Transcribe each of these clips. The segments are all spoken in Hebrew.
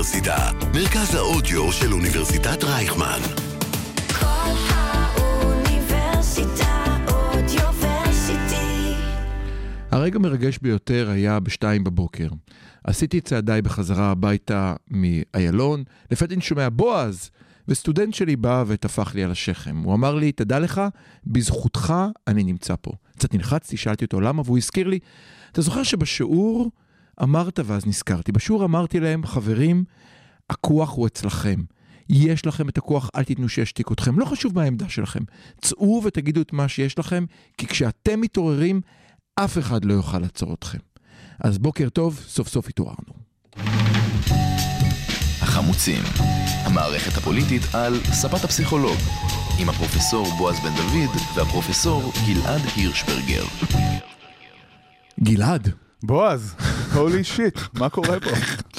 האוניברסיטה, מרכז האודיו של אוניברסיטת רייכמן. כל האוניברסיטה אודיוורסיטי. הרגע מרגש ביותר היה ב2 בבוקר. עשיתי צעדיי בחזרה הביתה מאיילון, לפתע אני שומע בועז, וסטודנט שלי בא ותפח לי על השכם. הוא אמר לי, תדע לך, בזכותך אני נמצא פה. קצת נלחצתי, שאלתי אותו למה, והוא הזכיר לי, אתה זוכר שבשיעור אמרת, ואז נזכרתי, בשיעור אמרתי להם, חברים, הכוח הוא אצלכם. יש לכם את הכוח, אל תיתנו שישתיק אתכם. לא חשוב מה העמדה שלכם. צאו ותגידו את מה שיש לכם, כי כשאתם מתעוררים, אף אחד לא יוכל לעצור אתכם. אז בוקר טוב, סוף סוף התעוררנו. החמוצים, המערכת הפוליטית על ספת הפסיכולוג, עם הפרופסור בועז בן דוד והפרופסור גלעד הירשברגר. גלעד. בועז, holy shit, מה קורה פה?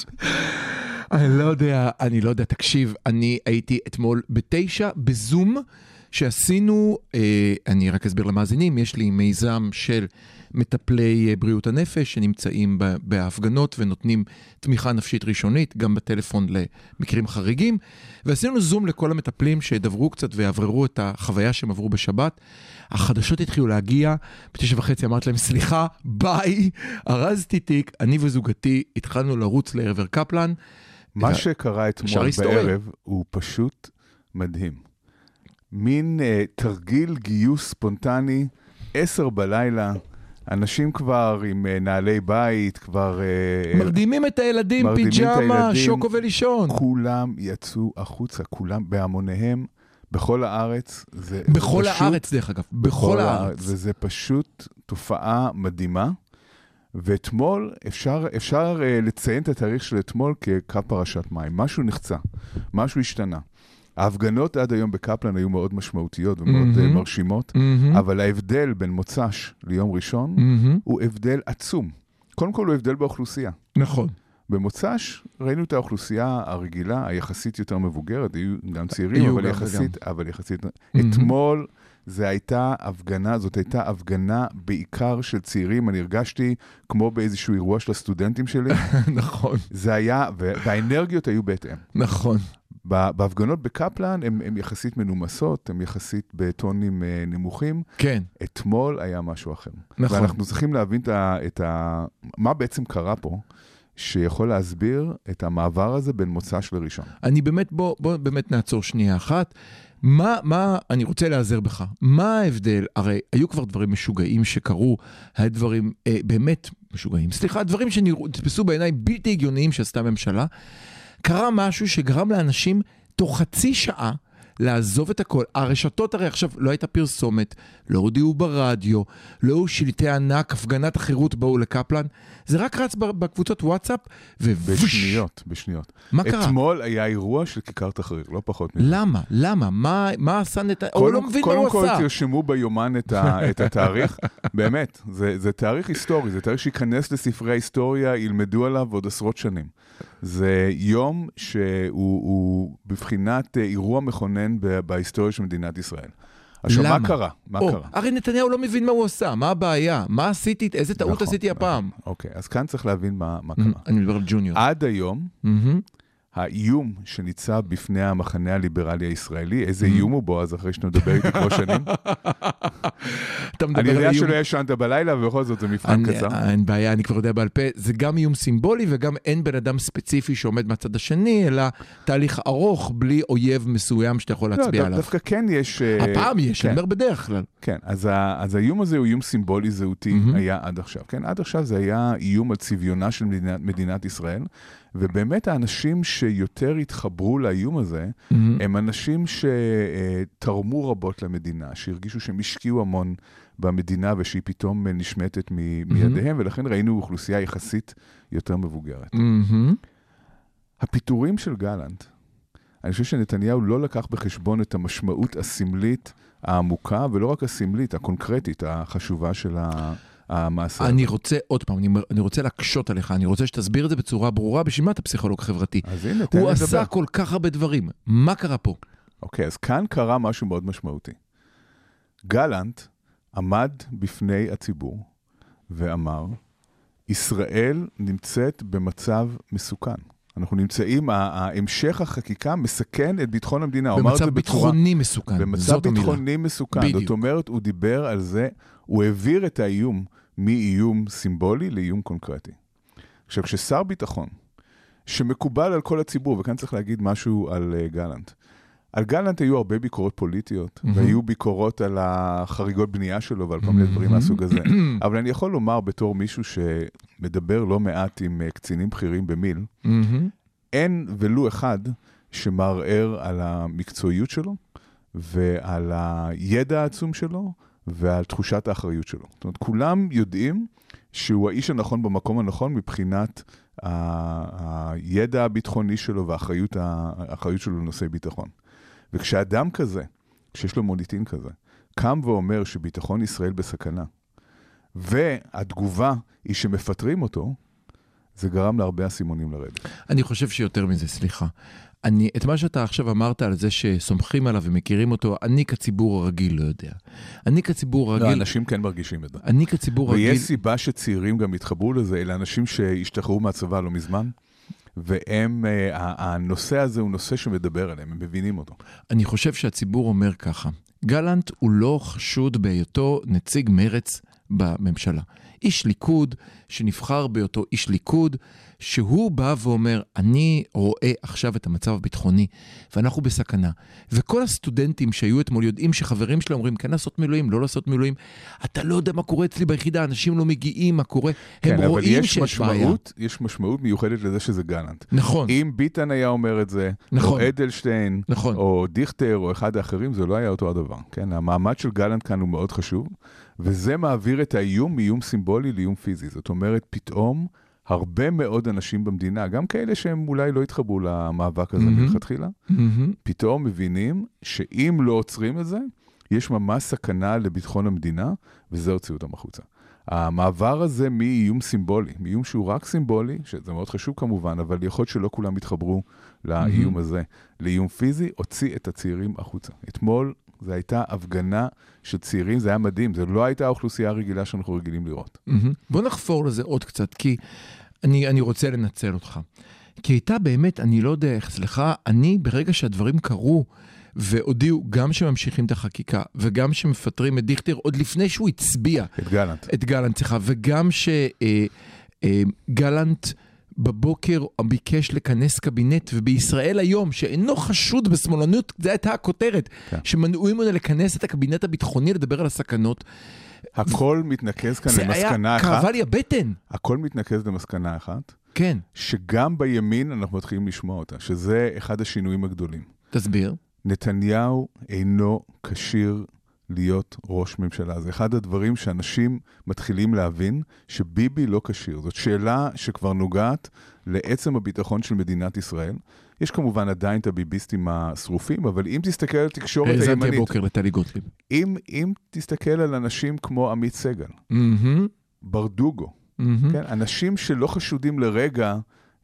אני לא יודע, תקשיב, אני הייתי אתמול ב9 בזום שעשינו, אני רק אסביר למאזינים, יש לי מיזם של מטפלי בריאות הנפש שנמצאים בהפגנות ונותנים תמיכה נפשית ראשונית, גם בטלפון למקרים חריגים, ועשינו זום לכל המטפלים שידברו קצת ויעבררו את החוויה שהם עברו בשבת. החדשות התחילו להגיע, ב9:30 אמרת להם, סליחה, ביי, ארזתי תיק, אני וזוגתי התחלנו לרוץ לעבר קפלן. מה שקרה אתמול בערב הוא פשוט מדהים. מין תרגיל גיוס ספונטני, 10 בלילה, אנשים כבר עם נעלי בית, כבר מרדימים את הילדים, פיג'מה, שוקו ולישון. כולם יצאו החוצה, כולם בהמוניהם, בכל הארץ. בכל הארץ דרך אגב, בכל הארץ. וזה פשוט תופעה מדהימה. ואתמול אפשר לציין את התאריך של אתמול כקו פרשת מים. משהו נחצה, משהו השתנה. ההפגנות עד היום בקפלן היו מאוד משמעותיות ומאוד מרשימות, אבל ההבדל בין מוצ"ש ליום ראשון הוא הבדל עצום. קודם כל הוא הבדל באוכלוסייה. נכון. במוצ"ש ראינו את האוכלוסייה הרגילה, היחסית יותר מבוגרת, היו גם צעירים, אבל יחסית. אתמול זאת הייתה הפגנה בעיקר של צעירים, אני הרגשתי כמו באיזשהו אירוע של הסטודנטים שלי. נכון. זה היה, והאנרגיות היו בהתאם. נכון. בהפגנות בקפלן הן יחסית מנומסות, הן יחסית בטונים נמוכים. כן. אתמול היה משהו אחר. נכון. ואנחנו צריכים להבין מה בעצם קרה פה, שיכול להסביר את המעבר הזה בין מוצ"ש לראשון. אני באמת, בוא באמת נעצור שנייה אחת. אני רוצה לעזר בך. מה ההבדל? הרי היו כבר דברים משוגעים שקרו, היה דברים באמת משוגעים. סליחה, דברים שנתפסו בעיניי בלתי הגיוניים שעשתה הממשלה. קרה משהו שגרם לאנשים תוך חצי שעה לעזוב את הכל. הרשתות הרי עכשיו לא הייתה פרסומת, לא הודיעו ברדיו, לא היו שלטי ענק, הפגנת החירות באו לקפלן. זה רק רץ בקבוצות וואטסאפ בשניות. מה קרה? אתמול היה אירוע של כיכר תחריר, לא פחות מזה. למה? מה עשה הוא לא מבין מה הוא עשה. קודם כל תרשמו ביומן את התאריך. באמת, זה תאריך היסטורי, זה תאריך שיכנס לספרי ההיסטוריה, ילמדו עליו עוד עשרות שנים. זה יום שהוא בבחינת אירוע מכונן בהיסטוריה של מדינת ישראל. עכשיו, למה? מה קרה? הרי נתניהו לא מבין מה הוא עשה, מה הבעיה, מה עשיתי, איזה טעות עשיתי הפעם. אוקיי, אז כאן צריך להבין מה קרה. אני מדבר על ג'וניור. עד היום, האיום שניצב בפני המחנה הליברלי הישראלי, איזה איום הוא בו, אז אחרי שנדבר איתי כמו שנים. אני יודע שלא ישנת בלילה, ובכל זאת זה מבחן קצר. אין בעיה, אני כבר יודע בעל פה, זה גם איום סימבולי, וגם אין בן אדם ספציפי שעומד מהצד השני, אלא תהליך ארוך, בלי אויב מסוים שאתה יכול להצביע עליו. דווקא כן יש... הפעם יש, אני אומר בדרך כלל. כן, אז האיום הזה הוא איום סימבולי זהותי, היה עד עכשיו. כן, עד עכשיו זה היה איום על צביונה של מדינת ישראל, ובאמת האנשים שיותר התחברו לאיום הזה, הם אנשים שתרמו רבות למדינה, שהרגישו שהם השקיעו המון במדינה, ושהיא פתאום נשמטת מידיהם, ולכן ראינו אוכלוסייה יחסית יותר מבוגרת. הפיטורים של גלנט, אני חושב שנתניהו לא לקח בחשבון את המשמעות הסמלית העמוקה, ולא רק הסמלית, הקונקרטית, החשובה של המעשה. אני רוצה, עוד פעם, אני רוצה להקשות עליך, אני רוצה שתסביר את זה בצורה ברורה, בשביל מה אתה פסיכולוג חברתי. הוא עשה כל כך הרבה דברים. מה קרה פה? אוקיי, אז כאן קרה משהו מאוד משמעותי. גלנט עמד בפני הציבור ואמר, ישראל נמצאת במצב מסוכן. אנחנו נמצאים, המשך החקיקה מסכן את ביטחון המדינה. במצב ביטחוני מסוכן. במצב ביטחוני מסוכן. זאת אומרת, הוא דיבר על זה, הוא העביר את האיום מאיום סימבולי לאיום קונקרטי. עכשיו, כששר ביטחון, שמקובל על כל הציבור, וכאן צריך להגיד משהו על גלנט. על גלנט היו הרבה ביקורות פוליטיות, והיו ביקורות על החריגות בנייה שלו, ועל כל מיני דברים מהסוג הזה. אבל אני יכול לומר בתור מישהו שמדבר לא מעט עם קצינים בכירים במיל, אין ולו אחד שמערער על המקצועיות שלו, ועל הידע העצום שלו, ועל תחושת האחריות שלו. זאת אומרת, כולם יודעים שהוא האיש הנכון במקום הנכון מבחינת הידע הביטחוני שלו והאחריות שלו לנושאי ביטחון. וכשאדם כזה, כשיש לו מוניטין כזה, קם ואומר שביטחון ישראל בסכנה, והתגובה היא שמפטרים אותו, זה גרם להרבה הסימונים לרדת. אני חושב שיותר מזה, סליחה. את מה שאתה עכשיו אמרת על זה שסומכים עליו ומכירים אותו, אני כציבור הרגיל לא יודע. אני כציבור הרגיל... לא, אנשים כן מרגישים את זה. אני כציבור רגיל... ויש סיבה שצעירים גם התחברו לזה, אלה אנשים שהשתחררו מהצבא לא מזמן, והם, הנושא הזה הוא נושא שמדבר עליהם, הם מבינים אותו. אני חושב שהציבור אומר ככה, גלנט הוא לא חשוד בהיותו נציג מרץ בממשלה. איש ליכוד שנבחר בהיותו איש ליכוד, שהוא בא ואומר, אני רואה עכשיו את המצב הביטחוני, ואנחנו בסכנה. וכל הסטודנטים שהיו אתמול יודעים שחברים שלהם אומרים, כן לעשות מילואים, לא לעשות מילואים. אתה לא יודע מה קורה אצלי ביחידה, אנשים לא מגיעים, מה קורה. הם רואים שיש בעיה. יש משמעות מיוחדת לזה שזה גלנט. נכון. אם ביטן היה אומר את זה, נכון. או אדלשטיין, נכון. או דיכטר, או אחד האחרים, זה לא היה אותו הדבר. כן? המעמד של גלנט כאן הוא מאוד חשוב, וזה מעביר את האיום מאיום סימבולי לאיום פיזי. זאת אומרת, פתאום הרבה מאוד אנשים במדינה, גם כאלה שהם אולי לא התחברו למאבק הזה מלכתחילה, פתאום מבינים שאם לא עוצרים את זה, יש ממש סכנה לביטחון המדינה, וזה הוציא אותם החוצה. המעבר הזה מאיום סימבולי, מאיום שהוא רק סימבולי, שזה מאוד חשוב כמובן, אבל יכול להיות שלא כולם התחברו לאיום הזה, לאיום פיזי, הוציא את הצעירים החוצה. אתמול זו הייתה הפגנה של צעירים, זה היה מדהים, זו לא הייתה האוכלוסייה הרגילה שאנחנו רגילים לראות. בוא נחפור לזה עוד קצת, כי אני רוצה לנצל אותך. כי הייתה באמת, אני לא יודע איך, סליחה, אני ברגע שהדברים קרו, והודיעו גם שממשיכים את החקיקה, וגם שמפטרים את דיכטר, עוד לפני שהוא הצביע. את גלנט, סליחה, וגם שגלנט בבוקר ביקש לכנס קבינט, ובישראל היום, שאינו חשוד בשמאלנות, זה הייתה הכותרת, שמנעו ממנו לכנס את הקבינט הביטחוני, לדבר על הסכנות. הכל מתנקז כאן למסקנה אחת. זה היה כאבה לי הבטן. הכל מתנקז למסקנה אחת. כן. שגם בימין אנחנו מתחילים לשמוע אותה, שזה אחד השינויים הגדולים. תסביר. נתניהו אינו כשיר להיות ראש ממשלה. זה אחד הדברים שאנשים מתחילים להבין, שביבי לא כשיר. זאת שאלה שכבר נוגעת לעצם הביטחון של מדינת ישראל. יש כמובן עדיין את הביביסטים השרופים, אבל אם תסתכל על תקשורת הימנית... האזנתי הבוקר לטלי גוטליב. אם תסתכל על אנשים כמו עמית סגל, ברדוגו, כן? אנשים שלא חשודים לרגע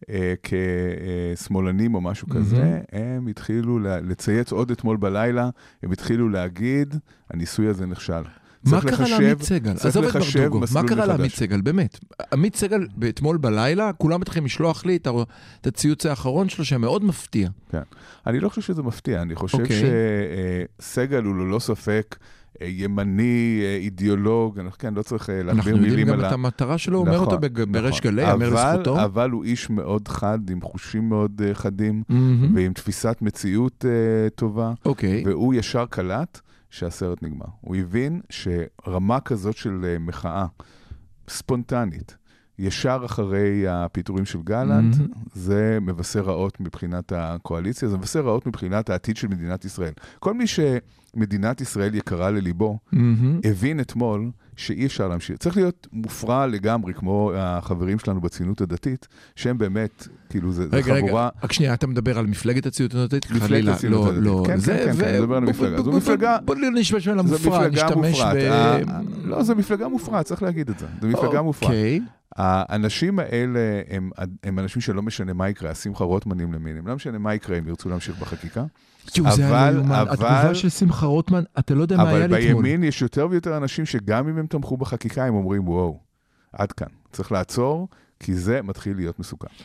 כשמאלנים או משהו כזה, הם התחילו לצייץ עוד אתמול בלילה, הם התחילו להגיד, הניסוי הזה נכשל. מה קרה לעמית סגל? עזוב את ברדוגו, מה קרה לעמית סגל? באמת. עמית סגל אתמול בלילה, כולם מתחילים לשלוח לי את הציוץ האחרון שלו, שמאוד מפתיע. כן. אני לא חושב שזה מפתיע, אני חושב שסגל הוא לא ספק ימני, אידיאולוג, כן, לא צריך להכביר מילים אנחנו יודעים גם את המטרה שלו, אומר אותו בריש גלי, אומר לזכותו. אבל הוא איש מאוד חד, עם חושים מאוד חדים, ועם תפיסת מציאות טובה, והוא ישר קלט שהסרט נגמר. הוא הבין שרמה כזאת של מחאה ספונטנית, ישר אחרי הפיטורים של גלנט, זה מבשר רעות מבחינת הקואליציה, זה מבשר רעות מבחינת העתיד של מדינת ישראל. כל מי שמדינת ישראל יקרה לליבו, הבין אתמול שאי אפשר להמשיך. צריך להיות מופרע לגמרי, כמו החברים שלנו בציונות הדתית, שהם באמת, כאילו, זה חבורה... רגע, רק שנייה, אתה מדבר על מפלגת הציונות הדתית? מפלגת הציונות הדתית, כן, אני מדבר על המפלגה. זו מפלגה... בוא נשמש על המופרע, נשתמש לא, זו מפלגה מופרעת, צריך להגיד את זה. זו מפלגה מופרעת. האנשים האלה הם אנשים שלא משנה מה יקרה, שמחה רוטמנים למינים, לא משנה מה יקרה, הם ירצו להמשיך בחקיקה. אבל התגובה של שמחה רוטמן, אתה לא יודע מה היה לי אתמול. אבל בימין יש יותר ויותר אנשים שגם אם הם תמכו בחקיקה, הם אומרים, וואו, עד כאן, צריך לעצור, כי זה מתחיל להיות מסוכן.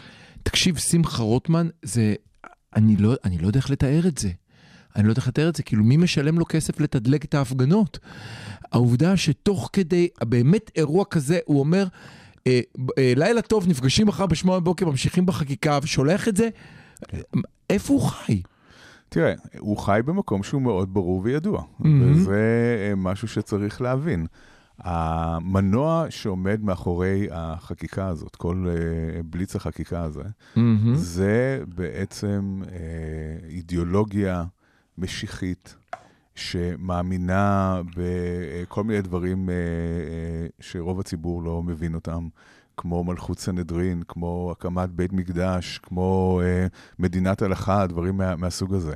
תקשיב, שמחה רוטמן, אני לא יודע איך לתאר את זה. אני לא יודע איך לתאר את זה, כאילו מי משלם לו כסף לתדלק את ההפגנות? העובדה שתוך כדי, באמת אירוע כזה, הוא אומר, לילה טוב, נפגשים מחר ב8 בבוקר, ממשיכים בחקיקה, ושולח את זה, איפה הוא חי? תראה, הוא חי במקום שהוא מאוד ברור וידוע, וזה משהו שצריך להבין. המנוע שעומד מאחורי החקיקה הזאת, כל בליץ החקיקה הזה, זה בעצם אידיאולוגיה משיחית, שמאמינה בכל מיני דברים שרוב הציבור לא מבין אותם, כמו מלכות סנהדרין, כמו הקמת בית מקדש, כמו מדינת הלכה, דברים מהסוג הזה.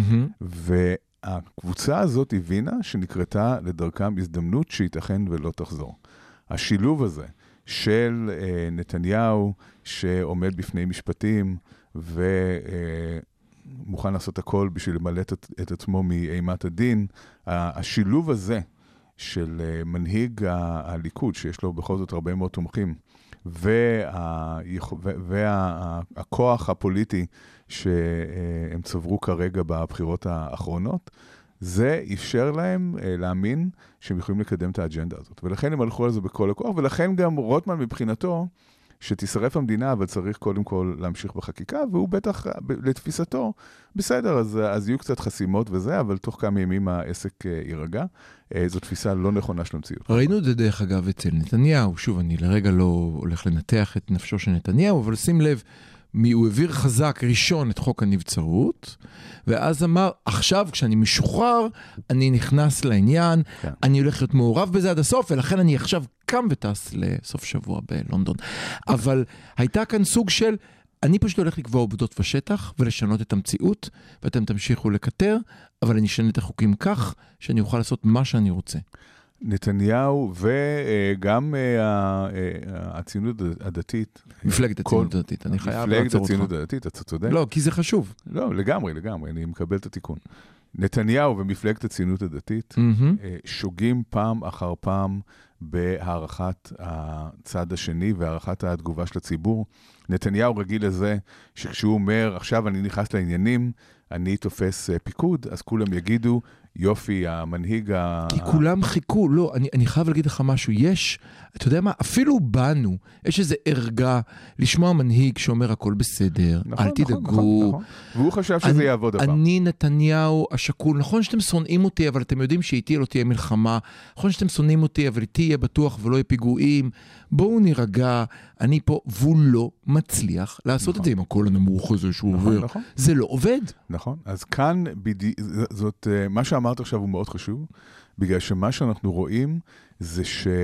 והקבוצה הזאת הבינה שנקראתה לדרכם הזדמנות שייתכן ולא תחזור. השילוב הזה של נתניהו שעומד בפני משפטים ומוכן לעשות הכל בשביל למלא את עצמו מאימת הדין, השילוב הזה של מנהיג הליכוד, שיש לו בכל זאת הרבה מאוד תומכים, והכוח הפוליטי שהם צברו כרגע בבחירות האחרונות, זה אפשר להם להאמין שהם יכולים לקדם את האג'נדה הזאת. ולכן הם הלכו על זה בכל הכוח, ולכן גם רוטמן מבחינתו, שתשרף המדינה, אבל צריך קודם כל להמשיך בחקיקה, והוא בטח, לתפיסתו, בסדר, אז יהיו קצת חסימות וזה, אבל תוך כמה ימים העסק יירגע. זו תפיסה לא נכונה של המציאות. ראינו את זה דרך אגב אצל נתניהו, שוב, אני לרגע לא הולך לנתח את נפשו של נתניהו, אבל שים לב, הוא העביר חזק ראשון את חוק הנבצרות, ואז אמר, עכשיו כשאני משוחרר, אני נכנס לעניין, אני הולך להיות מעורב בזה עד הסוף, ולכן אני עכשיו קם וטס לסוף שבוע בלונדון. אבל הייתה כאן סוג של, אני פשוט הולך לקבוע עובדות בשטח, ולשנות את המציאות, ואתם תמשיכו לקטר, אבל אני אשנה את החוקים כך, שאני אוכל לעשות מה שאני רוצה. נתניהו וגם הציונות הדתית. מפלגת הציונות הדתית, אני חייב לעצור אותך. מפלגת הציונות הדתית, אתה צודק? לא, כי זה חשוב. לא, לגמרי, אני מקבל את התיקון. נתניהו ומפלגת הציונות הדתית שוגים פעם אחר פעם בהערכת הצד השני והערכת התגובה של הציבור. נתניהו רגיל לזה שכשהוא אומר, עכשיו אני נכנס לעניינים, אני תופס פיקוד, אז כולם יגידו, יופי, המנהיג כי כולם חיכו, לא, אני חייב להגיד לך משהו, יש, אתה יודע מה, אפילו בנו, יש איזה ערגה לשמוע מנהיג שאומר הכל בסדר, נכון, אל תדאגו. נכון. והוא חשב שזה יעבוד הפעם. אני נתניהו השקול, נכון שאתם שונאים אותי, אבל אתם יודעים שאיתי לא תהיה מלחמה, נכון שאתם שונאים אותי, אבל איתי יהיה בטוח ולא יהיה פיגועים, בואו נירגע, אני פה, והוא לא מצליח לעשות את זה עם הקול הנמוך הזה שהוא עובר. זה לא עובד. נכון, אז כאן, זאת, מה שאמרת עכשיו הוא מאוד חשוב, בגלל שמה שאנחנו רואים זה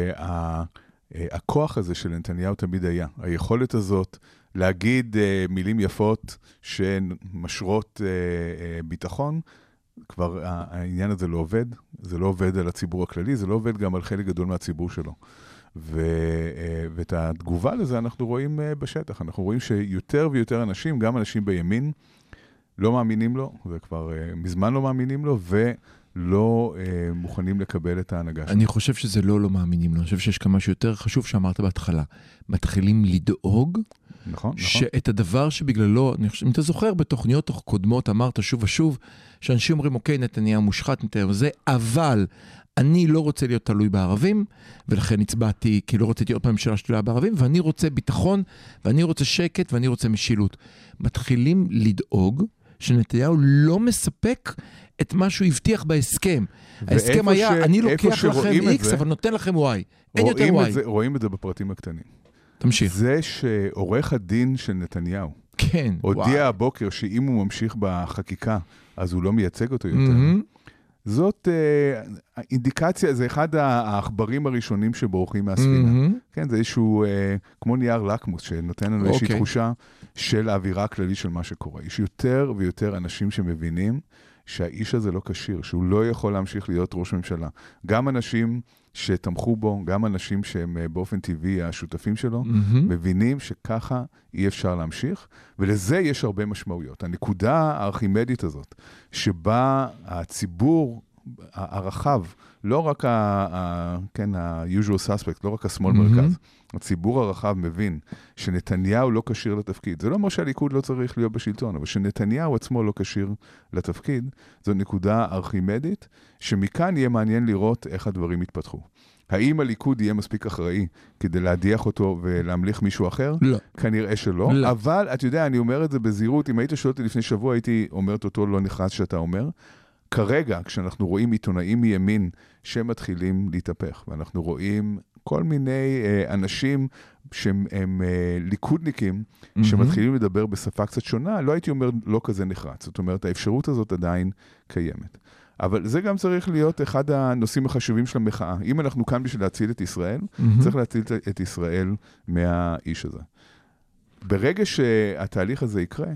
שהכוח הזה של נתניהו תמיד היה. היכולת הזאת להגיד מילים יפות שמשרות ביטחון, כבר העניין הזה לא עובד, זה לא עובד על הציבור הכללי, זה לא עובד גם על חלק גדול מהציבור שלו. ואת התגובה לזה אנחנו רואים בשטח, אנחנו רואים שיותר ויותר אנשים, גם אנשים בימין, לא מאמינים לו, וכבר מזמן לא מאמינים לו, ולא מוכנים לקבל את ההנהגה שלו. אני חושב שזה לא מאמינים לו, אני חושב שיש כמה שיותר חשוב שאמרת בהתחלה, מתחילים לדאוג, נכון. שאת הדבר שבגללו, אם אתה זוכר בתוכניות קודמות, אמרת שוב ושוב, שאנשים אומרים, אוקיי, נתניהו מושחת, נתניהו זה, אבל אני לא רוצה להיות תלוי בערבים, ולכן הצבעתי, כי לא רציתי עוד ממשלה שתלויה בערבים, ואני רוצה ביטחון, ואני רוצה שקט, ואני רוצה משילות. מתחילים לדאוג שנתניהו לא מספק את מה שהוא הבטיח בהסכם. ההסכם היה, אני לוקח לכם X, אבל נותן לכם Y. אין יותר Y. רואים את זה בפרטים הקטנים. תמשיך. זה שעורך הדין של נתניהו, כן, הודיע הבוקר שאם הוא ממשיך בחקיקה, אז הוא לא מייצג אותו יותר. זאת אינדיקציה, זה אחד העכברים הראשונים שבורחים מהספינה. כן, זה איזשהו, כמו נייר לקמוס, שנותן לנו איזושהי תחושה של האווירה הכללית של מה שקורה. יש יותר ויותר אנשים שמבינים שהאיש הזה לא קשיר, שהוא לא יכול להמשיך להיות ראש ממשלה. גם אנשים שתמכו בו, גם אנשים שהם באופן טבעי השותפים שלו, מבינים שככה אי אפשר להמשיך, ולזה יש הרבה משמעויות. הנקודה הארכימדית הזאת, שבה הציבור הרחב, לא רק ה-usual suspect, לא רק השמאל מרכז, הציבור הרחב מבין שנתניהו לא כשיר לתפקיד. זה לא אומר שהליכוד לא צריך להיות בשלטון, אבל שנתניהו עצמו לא כשיר לתפקיד, זו נקודה ארכימדית, שמכאן יהיה מעניין לראות איך הדברים יתפתחו. האם הליכוד יהיה מספיק אחראי כדי להדיח אותו ולהמליך מישהו אחר? לא. כנראה שלא. לא. אבל, אתה יודע, אני אומר את זה בזהירות, אם היית שואל אותי לפני שבוע, הייתי אומר את אותו לא נחרץ שאתה אומר. כרגע, כשאנחנו רואים עיתונאים מימין שמתחילים להתהפך, ואנחנו רואים כל מיני אנשים שהם ליכודניקים, שמתחילים לדבר בשפה קצת שונה, לא הייתי אומר לא כזה נחרץ. זאת אומרת, האפשרות הזאת עדיין קיימת. אבל זה גם צריך להיות אחד הנושאים החשובים של המחאה. אם אנחנו כאן בשביל להציל את ישראל, צריך להציל את ישראל מהאיש הזה. ברגע שהתהליך הזה יקרה,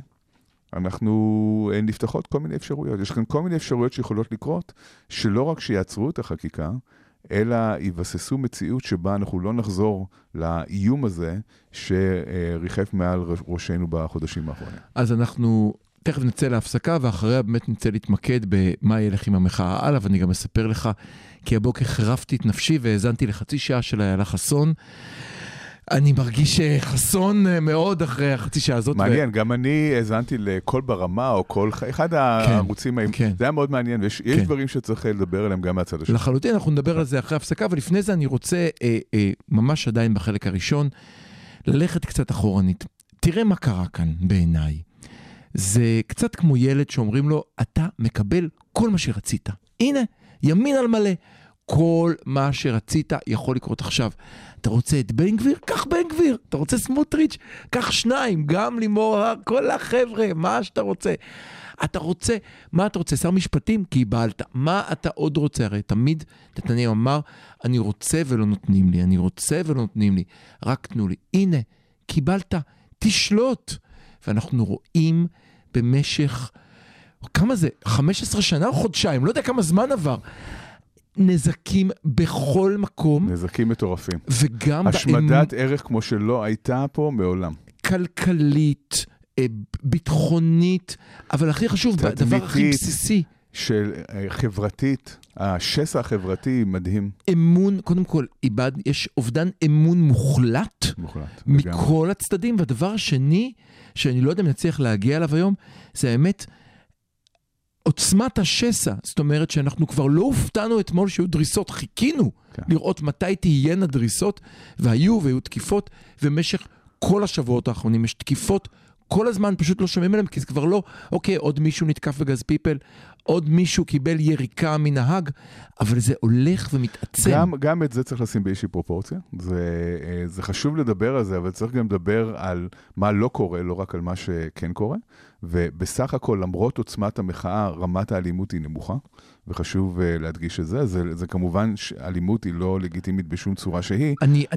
אנחנו נפתחות כל מיני אפשרויות. יש כאן כל מיני אפשרויות שיכולות לקרות, שלא רק שיעצרו את החקיקה, אלא יבססו מציאות שבה אנחנו לא נחזור לאיום הזה שריחף מעל ראשנו בחודשים האחרונים. אז אנחנו תכף נצא להפסקה, ואחריה באמת נצא להתמקד במה ילך עם המחאה הלאה, ואני גם אספר לך, כי הבוקר חרפתי את נפשי והאזנתי לחצי שעה של איילה חסון. אני מרגיש חסון מאוד אחרי החצי שעה הזאת. מעניין, גם אני האזנתי לכל ברמה, או כל אחד הערוצים, זה היה מאוד מעניין, ויש דברים שצריך לדבר עליהם גם מהצד השני. לחלוטין, אנחנו נדבר על זה אחרי הפסקה, ולפני זה אני רוצה, ממש עדיין בחלק הראשון, ללכת קצת אחורנית. תראה מה קרה כאן בעיניי. זה קצת כמו ילד שאומרים לו, אתה מקבל כל מה שרצית. הנה, ימין על מלא. כל מה שרצית יכול לקרות עכשיו. אתה רוצה את בן גביר? קח בן גביר. אתה רוצה סמוטריץ'? קח שניים. גם לימור, כל החבר'ה, מה שאתה רוצה. אתה רוצה, מה אתה רוצה? שר משפטים? קיבלת. מה אתה עוד רוצה? הרי תמיד נתניהו אמר, אני רוצה ולא נותנים לי. אני רוצה ולא נותנים לי. רק תנו לי. הנה, קיבלת. תשלוט. ואנחנו רואים במשך, כמה זה? 15 שנה או חודשיים? לא יודע כמה זמן עבר. נזקים בכל מקום. נזקים מטורפים. וגם השמדת ערך כמו שלא הייתה פה מעולם. כלכלית, ביטחונית, אבל הכי חשוב, הדבר הכי בסיסי. של חברתית, השסע החברתי מדהים. אמון, קודם כל, יש אובדן אמון מוחלט. מכל הצדדים, והדבר השני, שאני לא יודע אם נצליח להגיע אליו היום, זה האמת, עוצמת השסע, זאת אומרת שאנחנו כבר לא הופתענו אתמול שהיו דריסות, חיכינו לראות מתי תהיינה דריסות, והיו תקיפות, ומשך כל השבועות האחרונים יש תקיפות, כל הזמן פשוט לא שומעים עליהם, כי זה כבר לא, אוקיי, עוד מישהו נתקף בגז פיפל, עוד מישהו קיבל יריקה מנהג, אבל זה הולך ומתעצם. גם את זה צריך לשים באיזושהי פרופורציה. זה חשוב לדבר על זה, אבל צריך גם לדבר על מה לא קורה, לא רק על מה שכן קורה. ובסך הכל, למרות עוצמת המחאה, רמת האלימות היא נמוכה, וחשוב להדגיש את זה. זה כמובן, אלימות היא לא לגיטימית בשום צורה שהיא,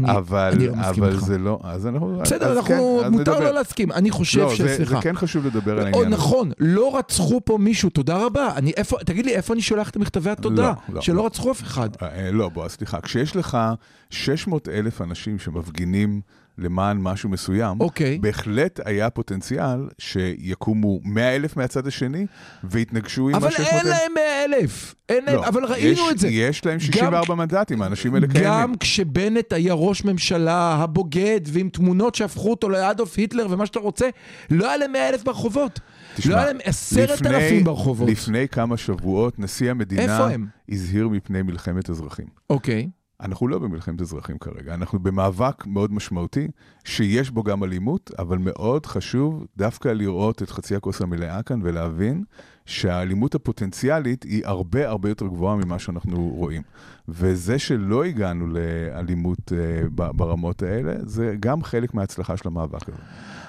אבל זה לא... בסדר, מותר לא להסכים. אני חושב זה כן חשוב לדבר על העניין. נכון, לא רצחו פה מישהו, תודה רבה. תגיד לי, איפה אני שולח את מכתבי התודה? שלא רצחו אף אחד. לא, בוא, סליחה. כשיש לך 600,000 אנשים שמפגינים למען משהו מסוים, בהחלט היה פוטנציאל שיקומו 100,000 מהצד השני, והתנגשו עם ה-600,000. אבל אין להם 100,000. אבל ראינו את זה. יש להם 64 מנדטים, האנשים האלה קיימים. גם כשבנט היה ראש ממשלה, הבוגד, ועם תמונות שהפכו אותו לאדולף היטלר, ומה שאתה רוצה, לא היה להם 100,000 ברחובות. לא היה להם 10,000 ברחובות. לפני כמה שבועות, נשיא המדינה הזהיר מפני מלחמת אזרחים. אוקיי. אנחנו לא במלחמת אזרחים כרגע, אנחנו במאבק מאוד משמעותי, שיש בו גם אלימות, אבל מאוד חשוב דווקא לראות את חצי הכוס המלאה כאן, ולהבין שהאלימות הפוטנציאלית היא הרבה הרבה יותר גבוהה ממה שאנחנו רואים. וזה שלא הגענו לאלימות ברמות האלה, זה גם חלק מההצלחה של המאבק הזה.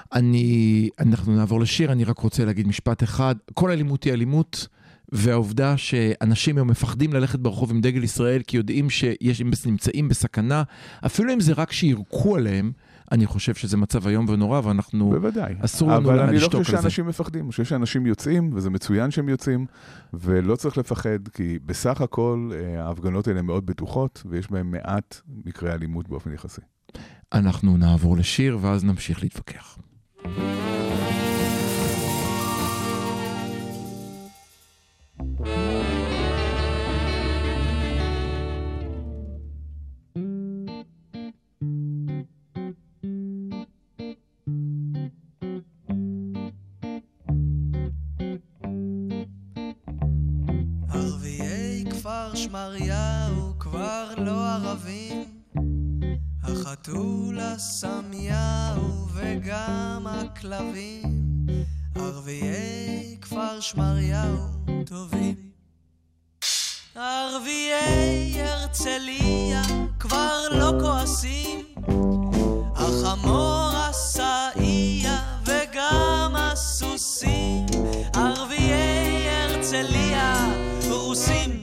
אנחנו נעבור לשיר, אני רק רוצה להגיד משפט אחד, כל אלימות היא אלימות, והעובדה שאנשים הם מפחדים ללכת ברחוב עם דגל ישראל, כי יודעים שהם נמצאים בסכנה, אפילו אם זה רק שירקו עליהם, אני חושב שזה מצב היום ונורא, ואנחנו... בוודאי. אסור לנו לשתוק על זה. אבל אני לא חושב שאנשים מפחדים, אני חושב שאנשים יוצאים, וזה מצוין שהם יוצאים, ולא צריך לפחד, כי בסך הכל ההפגנות האלה מאוד בטוחות, ויש בהן מעט מקרי אלימות באופן יחסי. אנחנו נעבור לשיר, ואז נמשיך להתווכח. שמריהו כבר לא ערבים, החתול הסמיהו וגם הכלבים, ערביי כפר שמריהו טובים. ערביי הרצליה כבר לא כועסים, החמור הסעיה וגם הסוסים, ערביי הרצליה רוסים.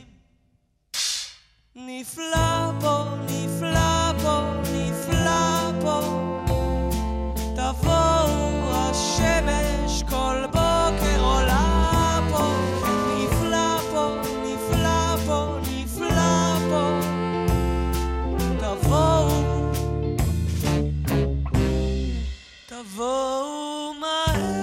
נפלא פה, נפלא פה, נפלא פה, תבואו השמש כל בוקר עולה פה, נפלא פה, נפלא פה, נפלא פה, תבואו, תבואו מהר.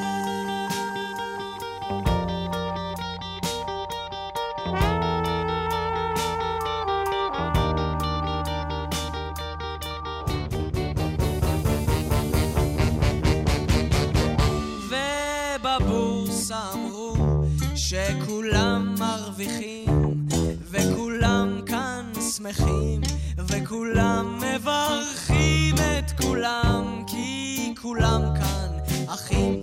שכולם מרוויחים וכולם כאן שמחים וכולם מברכים את כולם כי כולם כאן אחים.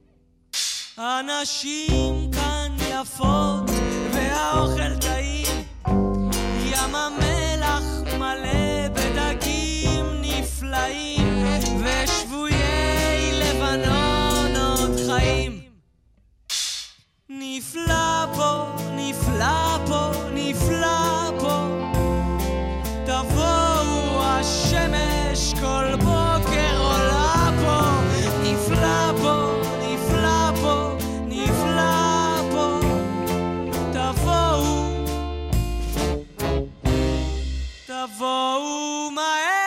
אנשים כאן יפות והאוכל טעים, ים המלח מלא בדגים נפלאים ושבויי לבנון עוד חיים. נפלא פה, נפלא פה, נפלא פה, תבואו השמש כל בוקר עולה פה, נפלא פה, נפלא פה, נפלא פה, תבואו, תבואו מהר.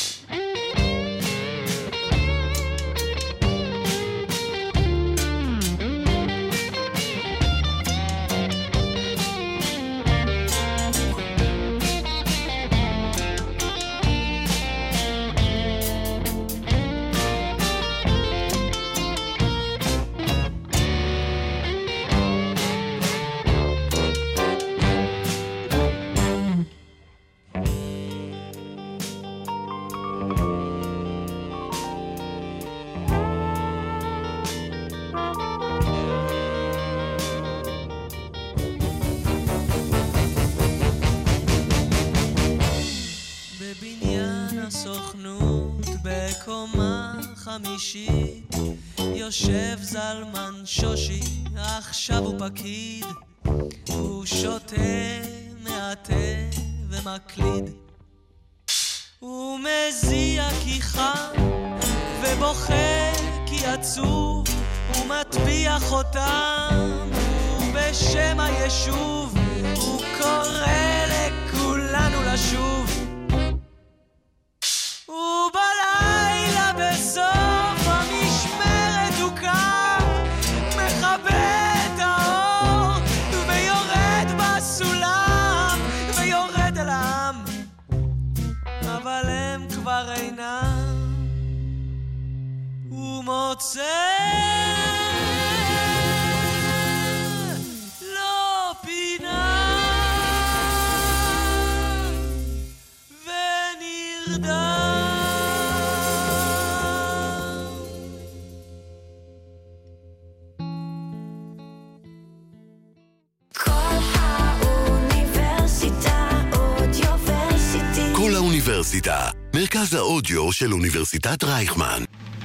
בקומה חמישית יושב זלמן שושי, עכשיו הוא פקיד, הוא שותה מעטה ומקליד, הוא מזיע כי חם ובוכה כי עצוב, הוא מטביע חותם ובשם היישוב הוא קורא לכולנו לשוב. ובלילה בסוף המשמרת הוא קם, מכבה את האור ויורד בסולם ויורד אל העם, אבל הם כבר אינם. הוא מוצא לא פינה ונרדם. כל האוניברסיטה, מרכז האודיו של אוניברסיטת רייכמן.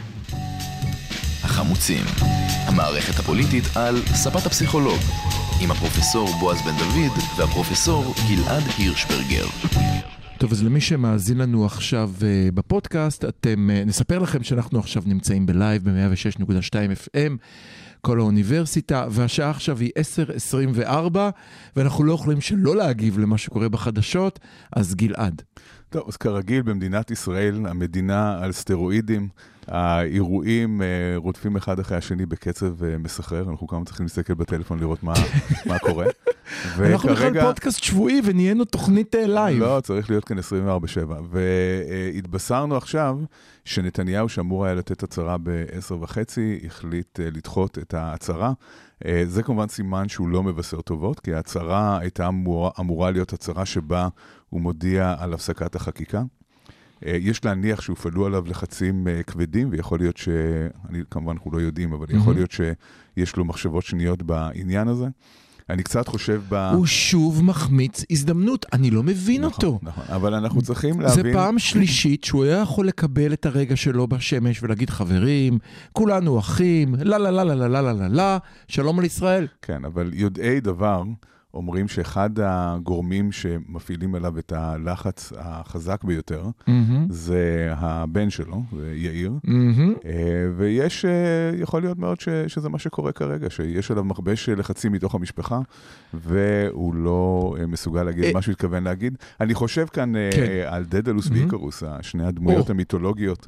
החמוצים, המערכת הפוליטית על ספת הפסיכולוג, עם הפרופסור בועז בן דוד והפרופסור גלעד הירשברגר. טוב, אז למי שמאזין לנו עכשיו בפודקאסט, נספר לכם שאנחנו עכשיו נמצאים בלייב ב-106.2 FM, כל האוניברסיטה, והשעה עכשיו היא 10:24, ואנחנו לא יכולים שלא להגיב למה שקורה בחדשות, אז גלעד. טוב, אז כרגיל במדינת ישראל, המדינה על סטרואידים, האירועים רודפים אחד אחרי השני בקצב מסחרר, אנחנו כמה צריכים להסתכל בטלפון לראות מה קורה. אנחנו בכלל פודקאסט שבועי ונהיינו תוכנית לייב. לא, צריך להיות כאן 24/7. והתבשרנו עכשיו שנתניהו שאמור היה לתת הצהרה ב-10:30, החליט לדחות את ההצהרה. זה כמובן סימן שהוא לא מבשר טובות, כי ההצהרה הייתה אמורה להיות הצהרה שבה הוא מודיע על הפסקת החקיקה. יש להניח שהופעלו עליו לחצים כבדים, ויכול להיות כמובן אנחנו לא יודעים, אבל יכול להיות שיש לו מחשבות שניות בעניין הזה. אני קצת חושב הוא שוב מחמיץ הזדמנות, אני לא מבין אותו. נכון, אבל אנחנו צריכים להבין... זה פעם שלישית שהוא היה יכול לקבל את הרגע שלו בשמש ולהגיד חברים, כולנו אחים, לא, שלום על ישראל. כן, אבל יודעי דבר אומרים שאחד הגורמים שמפעילים עליו את הלחץ החזק ביותר, זה הבן שלו, זה יאיר, ויש, יכול להיות מאוד שזה מה שקורה כרגע, שיש עליו מכבש לחצים מתוך המשפחה, והוא לא מסוגל להגיד מה שהוא התכוון להגיד. אני חושב כאן על דדלוס ואיקרוס, שני הדמויות המיתולוגיות,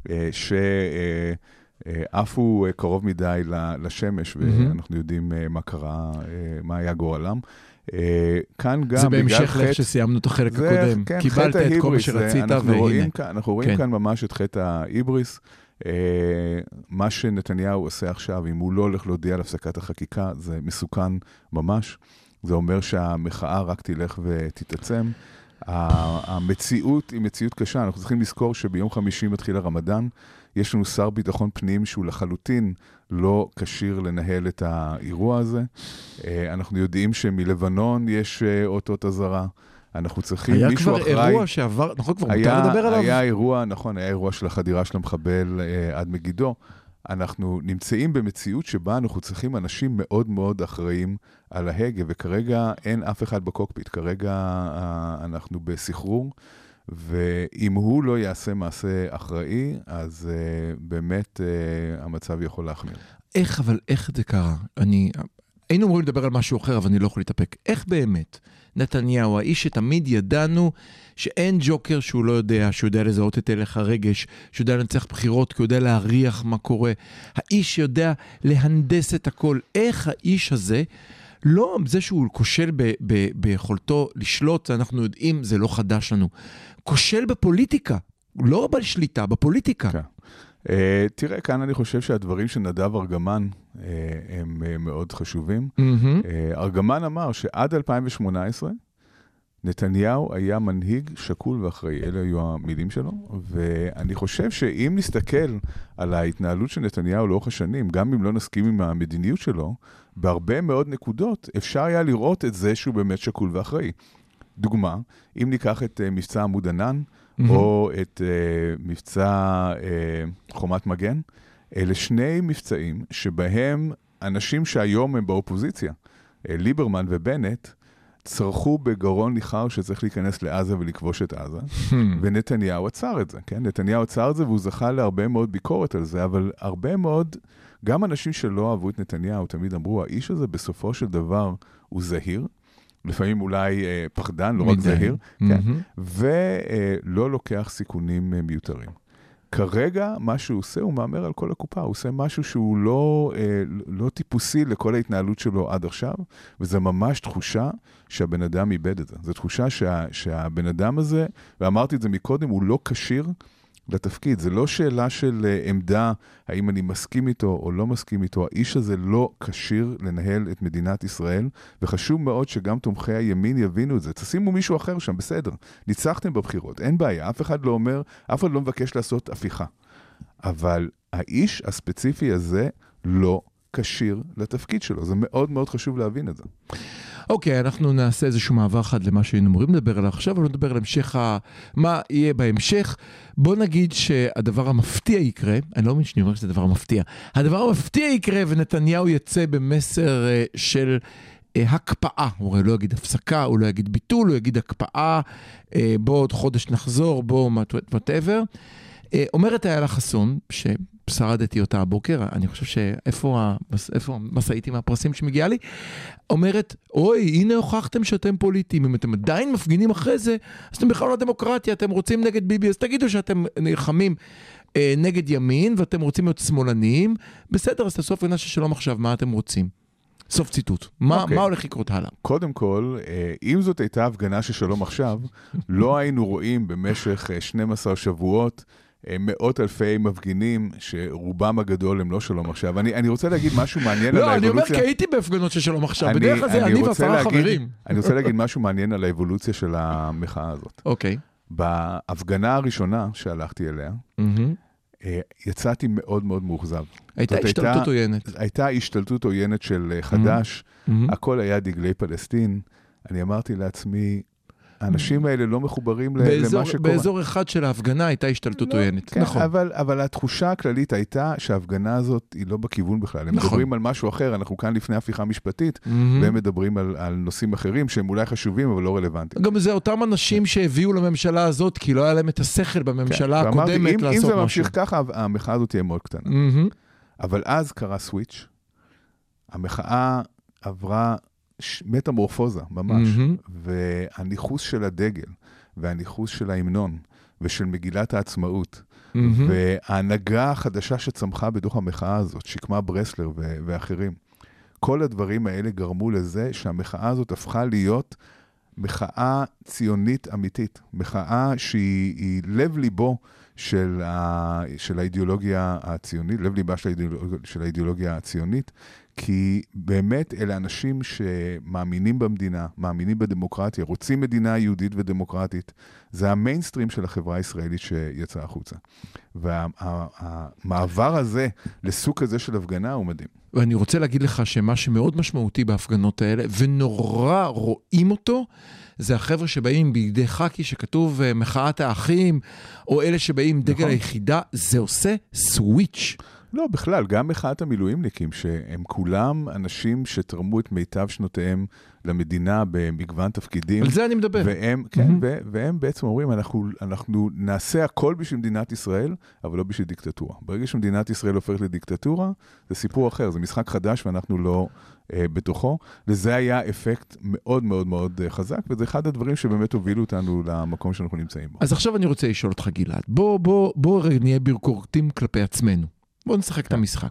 עפו קרוב מדי לשמש, ואנחנו יודעים מה קרה, מה היה גורלם. כאן גם זה בהמשך לך שסיימנו את החלק הקודם. קיבלת את כל מה שרצית, והנה. אנחנו רואים כאן ממש את חטא ההיבריס. מה שנתניהו עושה עכשיו, אם הוא לא הולך להודיע על הפסקת החקיקה, זה מסוכן ממש. זה אומר שהמחאה רק תלך ותתעצם. המציאות היא מציאות קשה. אנחנו צריכים לזכור שביום חמישי מתחיל הרמדאן, יש לנו שר ביטחון פנים שהוא לחלוטין לא קשיר לנהל את האירוע הזה. אנחנו יודעים שמלבנון יש אותות הזרה. אנחנו צריכים מישהו אחראי... היה כבר אירוע שעבר, נכון, כבר מותר לדבר עליו? היה אירוע, נכון, היה אירוע של החדירה של המחבל עד מגידו. אנחנו נמצאים במציאות שבה אנחנו צריכים אנשים מאוד מאוד אחראים על ההגה, וכרגע אין אף אחד בקוקפיט. כרגע אנחנו בסחרור, ואם הוא לא יעשה מעשה אחראי, אז באמת המצב יכול להחמיר. אבל איך זה קרה? היינו אמורים לדבר על משהו אחר, אבל אני לא יכול להתאפק. איך באמת נתניהו, האיש שתמיד ידענו שאין ג'וקר שהוא לא יודע, שהוא יודע לזהות את הלך הרגש, שהוא יודע לנצח בחירות, כי הוא יודע להריח מה קורה. האיש יודע להנדס את הכל. איך האיש הזה, לא זה שהוא כושל ביכולתו לשלוט, אנחנו יודעים, זה לא חדש לנו. כושל בפוליטיקה, לא בשליטה, בפוליטיקה. כן. תראה, כאן אני חושב שהדברים של נדב ארגמן הם מאוד חשובים. ארגמן אמר שעד 2018 נתניהו היה מנהיג שקול ואחראי. אלה היו המילים שלו, ואני חושב שאם נסתכל על ההתנהלות של נתניהו לאורך השנים, גם אם לא נסכים עם המדיניות שלו, בהרבה מאוד נקודות אפשר היה לראות את זה שהוא באמת שקול ואחראי. דוגמה, אם ניקח את מבצע עמוד ענן, או את מבצע חומת מגן, אלה שני מבצעים שבהם אנשים שהיום הם באופוזיציה, ליברמן ובנט, צרכו בגרון ניחר שצריך להיכנס לעזה ולכבוש את עזה, ונתניהו עצר את זה, כן? נתניהו עצר את זה והוא זכה להרבה מאוד ביקורת על זה, אבל הרבה מאוד, גם אנשים שלא אהבו את נתניהו תמיד אמרו, האיש הזה בסופו של דבר הוא זהיר, לפעמים אולי פחדן, לא רק זהיר, כן? ולא לוקח סיכונים מיותרים. כרגע מה שהוא עושה, הוא מאמר על כל הקופה, הוא עושה משהו שהוא לא טיפוסי לכל ההתנהלות שלו עד עכשיו, וזה ממש תחושה שהבן אדם איבד את זה. זו תחושה שהבן אדם הזה, ואמרתי את זה מקודם, הוא לא קשיר לתפקיד. זה לא שאלה של עמדה, האם אני מסכים איתו או לא מסכים איתו. האיש הזה לא קשיר לנהל את מדינת ישראל, וחשוב מאוד שגם תומכי הימין יבינו את זה. תשימו מישהו אחר שם, בסדר. ניצחתם בבחירות, אין בעיה. אף אחד לא אומר, אף אחד לא מבקש לעשות הפיכה. אבל האיש הספציפי הזה לא קשיר לתפקיד שלו. זה מאוד מאוד חשוב להבין את זה. אוקיי, אנחנו נעשה איזשהו מעבר אחד למה שהיינו אמורים לדבר עליו עכשיו, אבל נדבר על המשך, מה יהיה בהמשך. בוא נגיד שהדבר המפתיע יקרה, אני לא מבין שאני אומר שזה דבר המפתיע, הדבר המפתיע יקרה ונתניהו יצא במסר של הקפאה, הוא לא יגיד הפסקה, הוא לא יגיד ביטול, הוא יגיד הקפאה, בוא עוד חודש נחזור, בוא whatever. אומרת איילה חסון, ששרדתי אותה הבוקר, אני חושב שאיפה המסעית עם הפרסים שמגיעה לי, אומרת, אוי, הנה הוכחתם שאתם פוליטיים, אם אתם עדיין מפגינים אחרי זה, אז אתם בכלל לא דמוקרטיה, אתם רוצים נגד ביבי, אז תגידו שאתם נלחמים נגד ימין, ואתם רוצים להיות שמאלניים, בסדר, אז תעשו הפגנה של שלום עכשיו, מה אתם רוצים? סוף ציטוט. מה הולך לקרות הלאה? קודם כל, אם זאת הייתה הפגנה של שלום עכשיו, לא היינו רואים במשך 12 שבועות מאות אלפי מפגינים שרובם הגדול הם לא שלום עכשיו. אני רוצה להגיד משהו מעניין על האבולוציה. לא, אני אומר כי הייתי בהפגנות של שלום עכשיו. בדרך כלל זה אני ו10 חברים. אני רוצה להגיד משהו מעניין על האבולוציה של המחאה הזאת. אוקיי. בהפגנה הראשונה שהלכתי אליה, יצאתי מאוד מאוד מאוכזב. הייתה השתלטות עוינת. הייתה השתלטות עוינת של חדש, הכל היה דגלי פלסטין. אני אמרתי לעצמי, האנשים האלה לא מחוברים למה שקורה. באזור אחד של ההפגנה הייתה השתלטות עוינת. כן, נכון. אבל התחושה הכללית הייתה שההפגנה הזאת היא לא בכיוון בכלל. הם מדברים על משהו אחר, אנחנו כאן לפני הפיכה משפטית, והם מדברים על נושאים אחרים שהם אולי חשובים, אבל לא רלוונטיים. גם זה אותם אנשים שהביאו לממשלה הזאת, כי לא היה להם את השכל בממשלה הקודמת לעשות משהו. אם זה ממשיך ככה, המחאה הזאת תהיה מאוד קטנה. אבל אז קרה סוויץ'. המחאה עברה מטמורפוזה ממש, והניחוס של הדגל, והניחוס של ההמנון, ושל מגילת העצמאות, וההנהגה החדשה שצמחה בתוך המחאה הזאת, שקמה ברסלר ואחרים, כל הדברים האלה גרמו לזה שהמחאה הזאת הפכה להיות מחאה ציונית אמיתית, מחאה שהיא לב ליבו של האידיאולוגיה הציונית, לב ליבה של האידיאולוגיה הציונית, כי באמת אלה אנשים שמאמינים במדינה, מאמינים בדמוקרטיה, רוצים מדינה יהודית ודמוקרטית. זה המיינסטרים של החברה הישראלית שיצאה החוצה. והמעבר הזה לסוג הזה של הפגנה הוא מדהים. ואני רוצה להגיד לך שמה שמאוד משמעותי בהפגנות האלה, ונורא רואים אותו, זה החבר'ה שבאים בידי חקי שכתוב מחאת האחים, או אלה שבאים דגל היחידה, זה עושה סוויץ'. לא, בכלל, גם מחאת המילואימניקים, שהם כולם אנשים שתרמו את מיטב שנותיהם למדינה במגוון תפקידים. על זה אני מדבר. והם בעצם אומרים, אנחנו נעשה הכל בשביל מדינת ישראל, אבל לא בשביל דיקטטורה. ברגע שמדינת ישראל הופכת לדיקטטורה, זה סיפור אחר, זה משחק חדש ואנחנו לא בתוכו. וזה היה אפקט מאוד מאוד מאוד חזק, וזה אחד הדברים שבאמת הובילו אותנו למקום שאנחנו נמצאים בו. אז עכשיו אני רוצה לשאול אותך, גלעד. בוא נהיה ביקורתיים כלפי עצמנו. בוא נשחק את המשחק.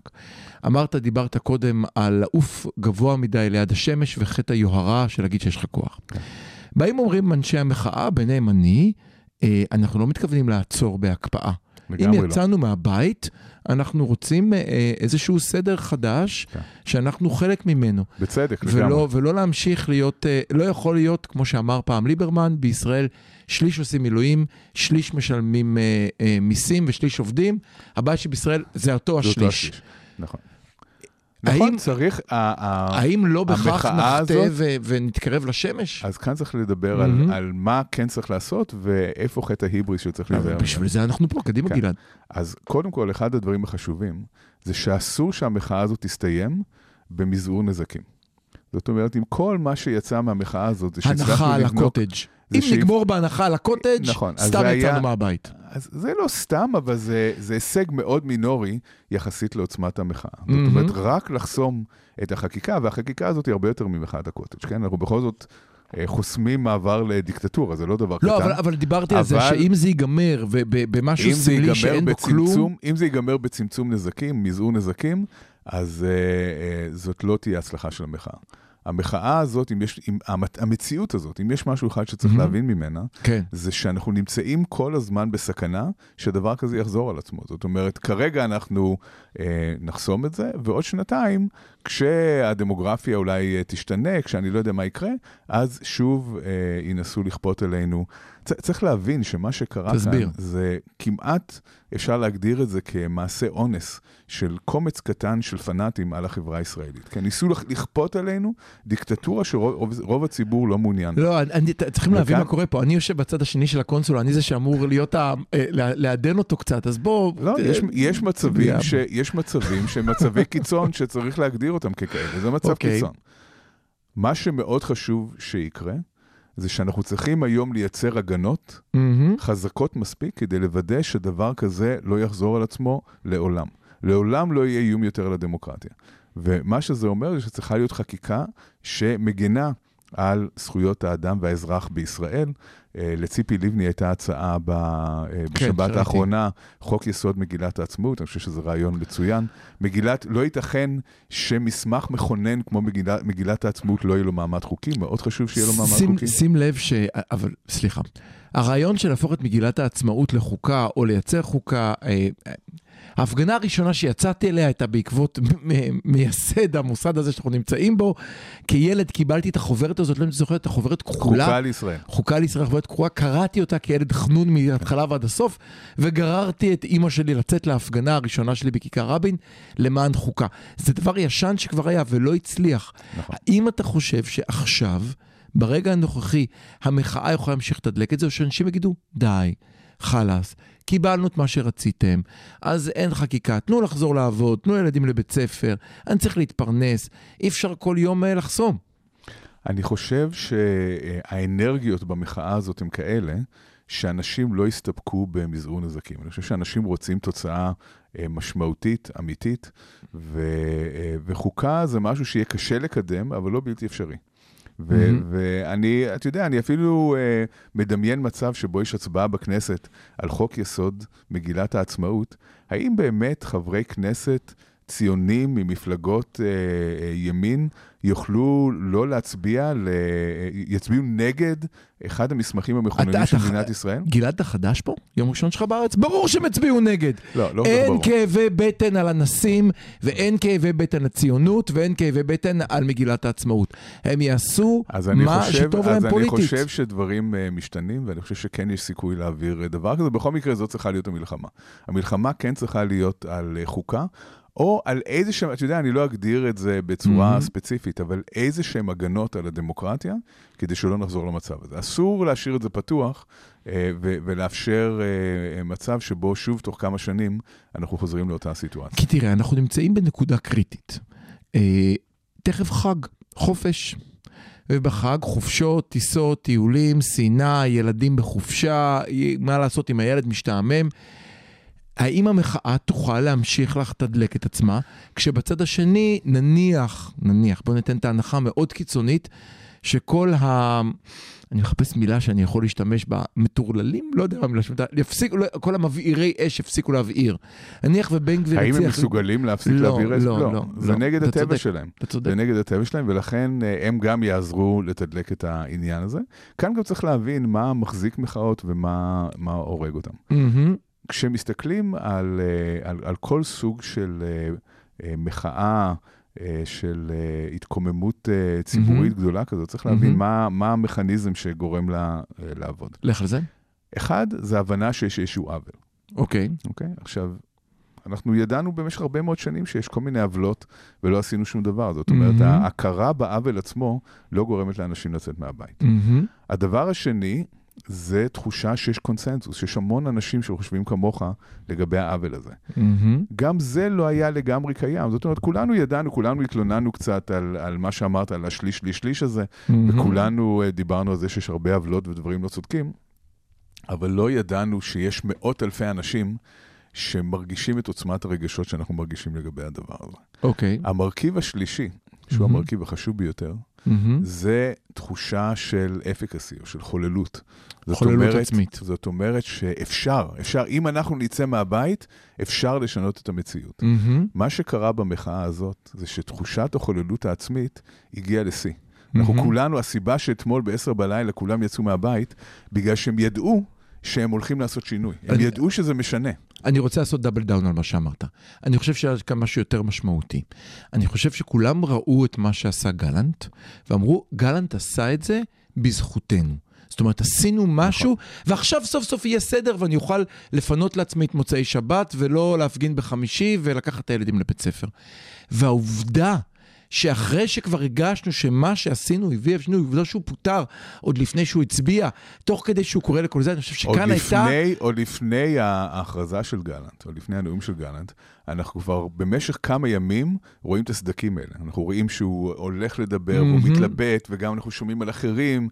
דיברת קודם על לעוף גבוה מדי ליד השמש וחטא היוהרה של להגיד שיש לך כוח. באים אומרים אנשי המחאה, ביניהם אני, אנחנו לא מתכוונים לעצור בהקפאה. אם יצאנו מהבית, אנחנו רוצים איזשהו סדר חדש שאנחנו חלק ממנו. בצדק, לגמרי. ולא להמשיך להיות, לא יכול להיות, כמו שאמר פעם ליברמן, בישראל שליש עושים מילואים, שליש משלמים מיסים ושליש עובדים. הבעיה שבישראל זה אותו השליש. נכון. נכון, צריך... האם לא בכך נחטא ונתקרב לשמש? אז כאן צריך לדבר על מה כן צריך לעשות, ואיפה חטא ההיבריס שצריך לדבר. בשביל זה אנחנו פה, קדימה גלעד. אז קודם כל, אחד הדברים החשובים, זה שאסור שהמחאה הזאת תסתיים במזעור נזקים. זאת אומרת, עם כל מה שיצא מהמחאה הזאת, זה הנחה על הקוטג'. אם נגמור בהנחה על הקוטג', סתם יצאנו מהבית. אז זה לא סתם, אבל זה הישג מאוד מינורי יחסית לעוצמת המחאה. זאת אומרת, רק לחסום את החקיקה, והחקיקה הזאת היא הרבה יותר ממחאת הקוטג', כן? אנחנו בכל זאת חוסמים מעבר לדיקטטורה, זה לא דבר קטן. לא, אבל דיברתי על זה שאם זה ייגמר, ובמשהו סמלי שאין בו כלום... אם זה ייגמר בצמצום נזקים, מזעור נזקים, אז זאת לא תהיה הצלחה של המחאה. המחאה הזאת, המציאות הזאת, אם יש משהו אחד שצריך להבין ממנה, זה שאנחנו נמצאים כל הזמן בסכנה שדבר כזה יחזור על עצמו. זאת אומרת, כרגע אנחנו נחסום את זה, ועוד שנתיים, כשהדמוגרפיה אולי תשתנה, כשאני לא יודע מה יקרה, אז שוב ינסו לכפות עלינו. צריך להבין שמה שקרה כאן, זה כמעט אפשר להגדיר את זה כמעשה אונס של קומץ קטן של פנאטים על החברה הישראלית. כן, ניסו לכפות עלינו דיקטטורה שרוב הציבור לא מעוניין. לא, צריכים להבין מה קורה פה. אני יושב בצד השני של הקונסול, אני זה שאמור להיות, לעדן אותו קצת, אז בוא... לא, יש מצבים שהם מצבי קיצון שצריך להגדיר אותם ככאלה. זה מצב קיצון. מה שמאוד חשוב שיקרה, זה שאנחנו צריכים היום לייצר הגנות חזקות מספיק כדי לוודא שדבר כזה לא יחזור על עצמו לעולם. לעולם לא יהיה איום יותר לדמוקרטיה. ומה שזה אומר זה שצריכה להיות חקיקה שמגנה על זכויות האדם והאזרח בישראל. לציפי לבני הייתה הצעה בשבת האחרונה, חוק יסוד מגילת העצמאות, אני חושב שזה רעיון מצוין. לא ייתכן שמסמך מכונן כמו מגילת העצמאות לא יהיה לו מעמד חוקי, מאוד חשוב שיהיה לו מעמד חוקי. שים לב אבל סליחה, הרעיון של להפוך את מגילת העצמאות לחוקה או לייצר חוקה, ההפגנה הראשונה שיצאתי אליה הייתה בעקבות מייסד המוסד הזה שאנחנו נמצאים בו. כילד קיבלתי את החוברת הזאת, לא זוכר את החוברת כחולה. חוקה לישראל. חוקה לישראל, חוברת כחולה. קראתי אותה כילד חנון מההתחלה ועד הסוף, וגררתי את אמא שלי לצאת להפגנה הראשונה שלי בכיכר רבין למען חוקה. זה דבר ישן שכבר היה ולא הצליח. נכון. האם אתה חושב שעכשיו, ברגע הנוכחי, המחאה יכולה להמשיך לתדלק את זה, או שאנשים יגידו, די, חלאס, קיבלנו את מה שרציתם, אז אין חקיקה, תנו לחזור לעבוד, תנו ילדים לבית ספר, אני צריך להתפרנס, אי אפשר כל יום לחסום. אני חושב שהאנרגיות במחאה הזאת הם כאלה, שאנשים לא יסתפקו במזעור נזקים. אני חושב שאנשים רוצים תוצאה משמעותית, אמיתית, וחוקה זה משהו שיהיה קשה לקדם, אבל לא בלתי אפשרי. ואני, אתה יודע, אני אפילו מדמיין מצב שבו יש הצבעה בכנסת על חוק יסוד מגילת העצמאות. האם באמת חברי כנסת ציונים ממפלגות ימין יוכלו לא להצביע, יצביעו נגד אחד המסמכים המכוננים של מדינת ישראל? גלעד, אתה חדש פה? יום ראשון שלך בארץ? ברור שהם הצביעו נגד. לא אין כאבי בטן על אנסים, ואין כאבי בטן לציונות, ואין כאבי בטן על מגילת העצמאות. הם יעשו מה שטוב להם פוליטית. אז אני חושב שדברים משתנים, ואני חושב שכן יש סיכוי להעביר דבר כזה. בכל מקרה, זאת צריכה להיות המלחמה. המלחמה כן צריכה להיות על חוקה, או על איזה שהם, אתה יודע, אני לא אגדיר את זה בצורה ספציפית, אבל איזה שהם הגנות על הדמוקרטיה, כדי שלא נחזור למצב הזה. אסור להשאיר את זה פתוח, ולאפשר מצב שבו שוב תוך כמה שנים אנחנו חוזרים לאותה סיטואציה. כי תראה, אנחנו נמצאים בנקודה קריטית. תכף חג, חופש. ובחג חופשות, טיסות, טיולים, סינה, ילדים בחופשה, מה לעשות אם הילד משתעמם. האם המחאה תוכל להמשיך לתדלק את עצמה, כשבצד השני נניח, בוא ניתן את ההנחה מאוד קיצונית, שכל אני מחפש מילה שאני יכול להשתמש בה, מטורללים, לא יודע מה מילה שמתה, כל המבעירי אש הפסיקו להבעיר. נניח ובן גביר... האם הם מסוגלים להפסיק להבעיר אש? לא. זה נגד הטבע שלהם. זה נגד הטבע שלהם, ולכן הם גם יעזרו לתדלק את העניין הזה. כאן גם צריך להבין מה מחזיק מחאות ומה הורג אותם. כשמסתכלים על כל סוג של מחאה, של התקוממות ציבורית גדולה כזאת, צריך להבין מה המכניזם שגורם לה לעבוד. לך על זה? אחד, זה הבנה שיש איזשהו עוול. אוקיי. עכשיו, אנחנו ידענו במשך הרבה מאוד שנים שיש כל מיני עוולות, ולא עשינו שום דבר. זאת אומרת, ההכרה בעוול עצמו לא גורמת לאנשים לצאת מהבית. הדבר השני, זה תחושה שיש קונסנזוס, שיש המון אנשים שחושבים כמוך לגבי העוול הזה. גם זה לא היה לגמרי קיים. זאת אומרת, כולנו ידענו, כולנו התלוננו קצת על מה שאמרת, על השליש הזה, וכולנו דיברנו על זה שיש הרבה עוולות ודברים לא צודקים, אבל לא ידענו שיש מאות אלפי אנשים שמרגישים את עוצמת הרגשות שאנחנו מרגישים לגבי הדבר הזה. אוקיי. המרכיב השלישי, שהוא המרכיב החשוב ביותר, זה תחושה של אפקסי או של חוללות. חוללות עצמית. זאת אומרת שאפשר, אם אנחנו נצא מהבית, אפשר לשנות את המציאות. מה שקרה במחאה הזאת, זה שתחושת החוללות העצמית הגיעה לשיא. אנחנו כולנו, הסיבה שאתמול ב-10 בלילה כולם יצאו מהבית, בגלל שהם ידעו שהם הולכים לעשות שינוי. הם ידעו שזה משנה. אני רוצה לעשות דאבל דאון על מה שאמרת. אני חושב שהיה כאן משהו יותר משמעותי. אני חושב שכולם ראו את מה שעשה גלנט, ואמרו, גלנט עשה את זה בזכותנו. זאת אומרת, עשינו משהו, ועכשיו סוף סוף יהיה סדר, ואני אוכל לפנות לעצמי את מוצאי שבת, ולא להפגין בחמישי, ולקחת את הילדים לבית ספר. והעובדה, שאחרי שכבר הגשנו שמה שעשינו הביא שינוי, עובדה שהוא פוטר עוד לפני שהוא הצביע, תוך כדי שהוא קורא לכל זה, אני חושב שכאן הייתה... עוד לפני ההכרזה של גלנט, או לפני הנאום של גלנט, אנחנו כבר במשך כמה ימים רואים את הסדקים האלה. אנחנו רואים שהוא הולך לדבר, הוא מתלבט, וגם אנחנו שומעים על אחרים,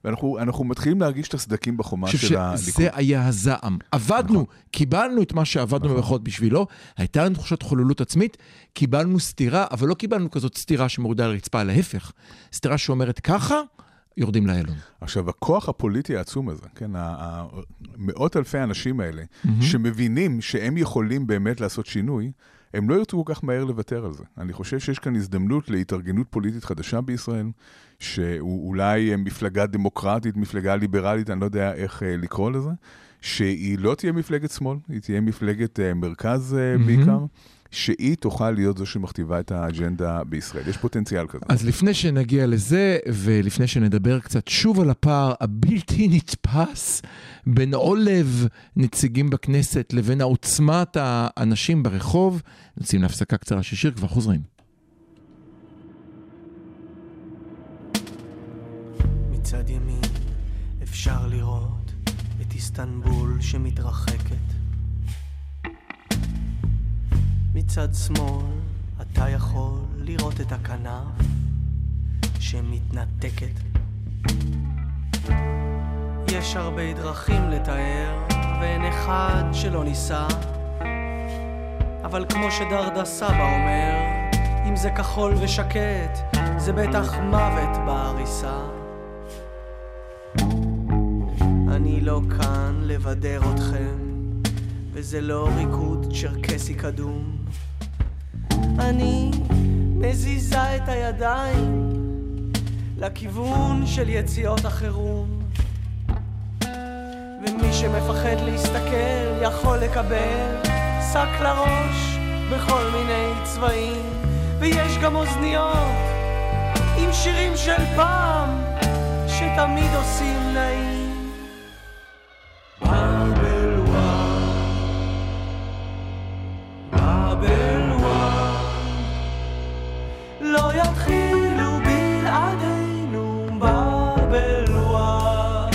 ואנחנו מתחילים להרגיש את הסדקים בחומה של הליכוד. זה היה הזעם. עבדנו, קיבלנו את מה שעבדנו במחאות בשבילו, הייתה לנו תחושת חוללות עצמית, קיבלנו סתירה, אבל לא קיבלנו כזאת סתירה שמורידה לרצפה, להפך. סתירה שאומרת ככה, יורדים לאלון. עכשיו, הכוח הפוליטי העצום הזה, כן, מאות אלפי האנשים האלה, שמבינים שהם יכולים באמת לעשות שינוי, הם לא ירצו כל כך מהר לוותר על זה. אני חושב שיש כאן הזדמנות להתארגנות פוליטית חדשה בישראל, שאולי מפלגה דמוקרטית, מפלגה ליברלית, אני לא יודע איך לקרוא לזה, שהיא לא תהיה מפלגת שמאל, היא תהיה מפלגת מרכז בעיקר, שהיא תוכל להיות זו שמכתיבה את האג'נדה בישראל. יש פוטנציאל כזה. אז לפני שנגיע לזה, ולפני שנדבר קצת שוב על הפער הבלתי נתפס בין עולב נציגים בכנסת לבין העוצמת האנשים ברחוב, נוצאים להפסקה קצרה של שיר, כבר חוזרים. מצד ימין אפשר לראות את איסטנבול שמתרחקת. מצד שמאל אתה יכול לראות את הכנף שמתנתקת. יש הרבה דרכים לתאר ואין אחד שלא ניסה, אבל כמו שדרדה סבא אומר, אם זה כחול ושקט זה בטח מוות בעריסה. אני לא כאן לבדר אתכם, וזה לא ריקוד צ'רקסי קדום. אני מזיזה את הידיים לכיוון של יציאות החירום, ומי שמפחד להסתכל יכול לקבל שק לראש בכל מיני צבעים, ויש גם אוזניות עם שירים של פעם שתמיד עושים נעים. לא יתחילו בלעדינו בבלואה.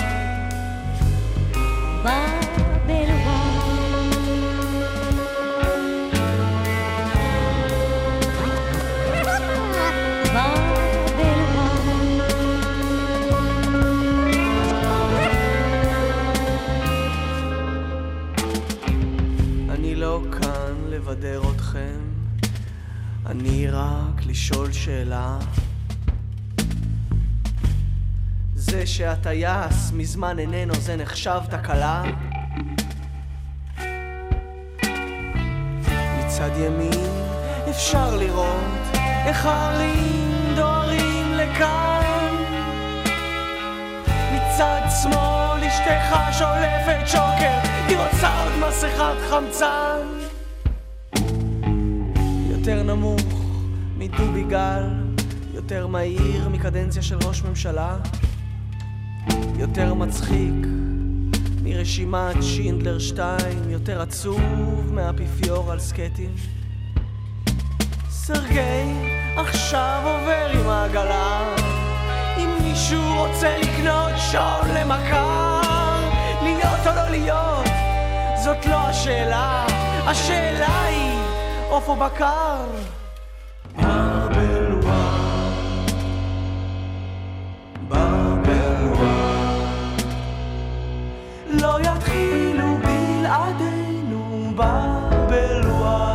אני לא כאן לבדר אתכם, אני רק לשאול שאלה. זה שהטייס מזמן איננו, זה נחשב תקלה? מצד ימין אפשר לראות איך הערים דוהרים לכאן. מצד שמאל אשתך שולפת שוקר, היא רוצה עוד מסכת חמצן. יותר נמוך מדובי גל, יותר מהיר מקדנציה של ראש ממשלה, יותר מצחיק מרשימת שינדלר 2, יותר עצוב מהאפיפיור על סקטים. סרגי עכשיו עובר עם העגלה, אם מישהו רוצה לקנות שעון למכר, להיות או לא להיות, זאת לא השאלה, השאלה היא עוף או בקר. לא יתחילו בלעדינו בבלואה.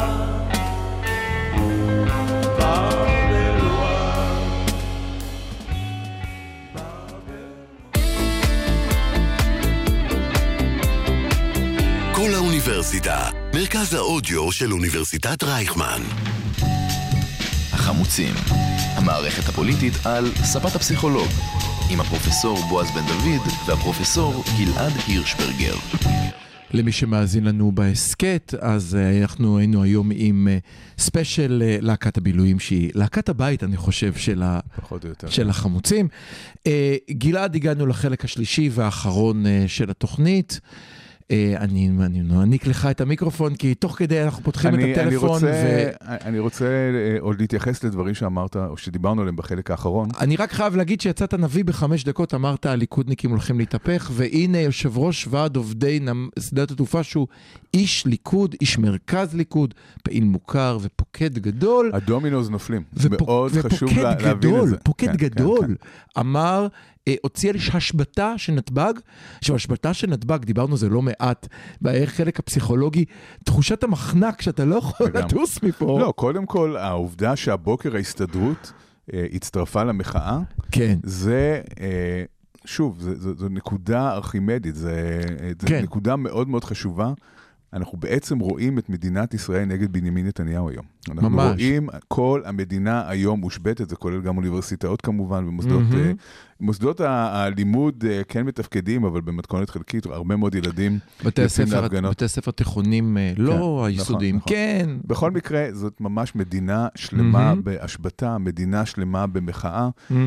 כל האוניברסיטה, מרכז האודיו של אוניברסיטת רייכמן. החמוצים, המערכת הפוליטית על ספת הפסיכולוג, עם הפרופסור בועז בן דוד והפרופסור גלעד הירשברגר. למי שמאזין לנו בהסקט, אז אנחנו היינו היום עם ספיישל להקת הבילויים, שהיא להקת הבית, אני חושב, של החמוצים. גלעד, הגענו לחלק השלישי והאחרון של התוכנית. אני נעניק לך את המיקרופון, כי תוך כדי אנחנו פותחים את הטלפון. אני רוצה עוד להתייחס לדברים שאמרת, או שדיברנו עליהם בחלק האחרון. אני רק חייב להגיד שיצאת נביא ב5 דקות, אמרת הליכודניקים הולכים להתהפך, והנה יושב ראש ועד עובדי שדות התעופה, שהוא איש ליכוד, איש מרכז ליכוד, פעיל מוכר ופוקד גדול. הדומינוז נופלים, מאוד חשוב להבין את זה. פוקד גדול, אמר, הוציאה השבתה של נתב"ג, עכשיו השבתה של נתב"ג, דיברנו זה לא מעט, בחלק הפסיכולוגי, תחושת המחנק שאתה לא יכול לטוס מפה. לא, קודם כל, העובדה שהבוקר ההסתדרות הצטרפה למחאה, כן. זה, שוב, זו נקודה ארכימדית, זה נקודה מאוד מאוד חשובה. אנחנו בעצם רואים את מדינת ישראל נגד בנימין נתניהו היום. אנחנו ממש. רואים כל המדינה היום מושבתת, זה כולל גם אוניברסיטאות כמובן, ומוסדות הלימוד כן מתפקדים, אבל במתכונת חלקית, הרבה מאוד ילדים יוצאים להפגנות. בתי ספר תיכונים לא היסודיים, כן. בכל מקרה, זאת ממש מדינה שלמה בהשבתה, מדינה שלמה במחאה.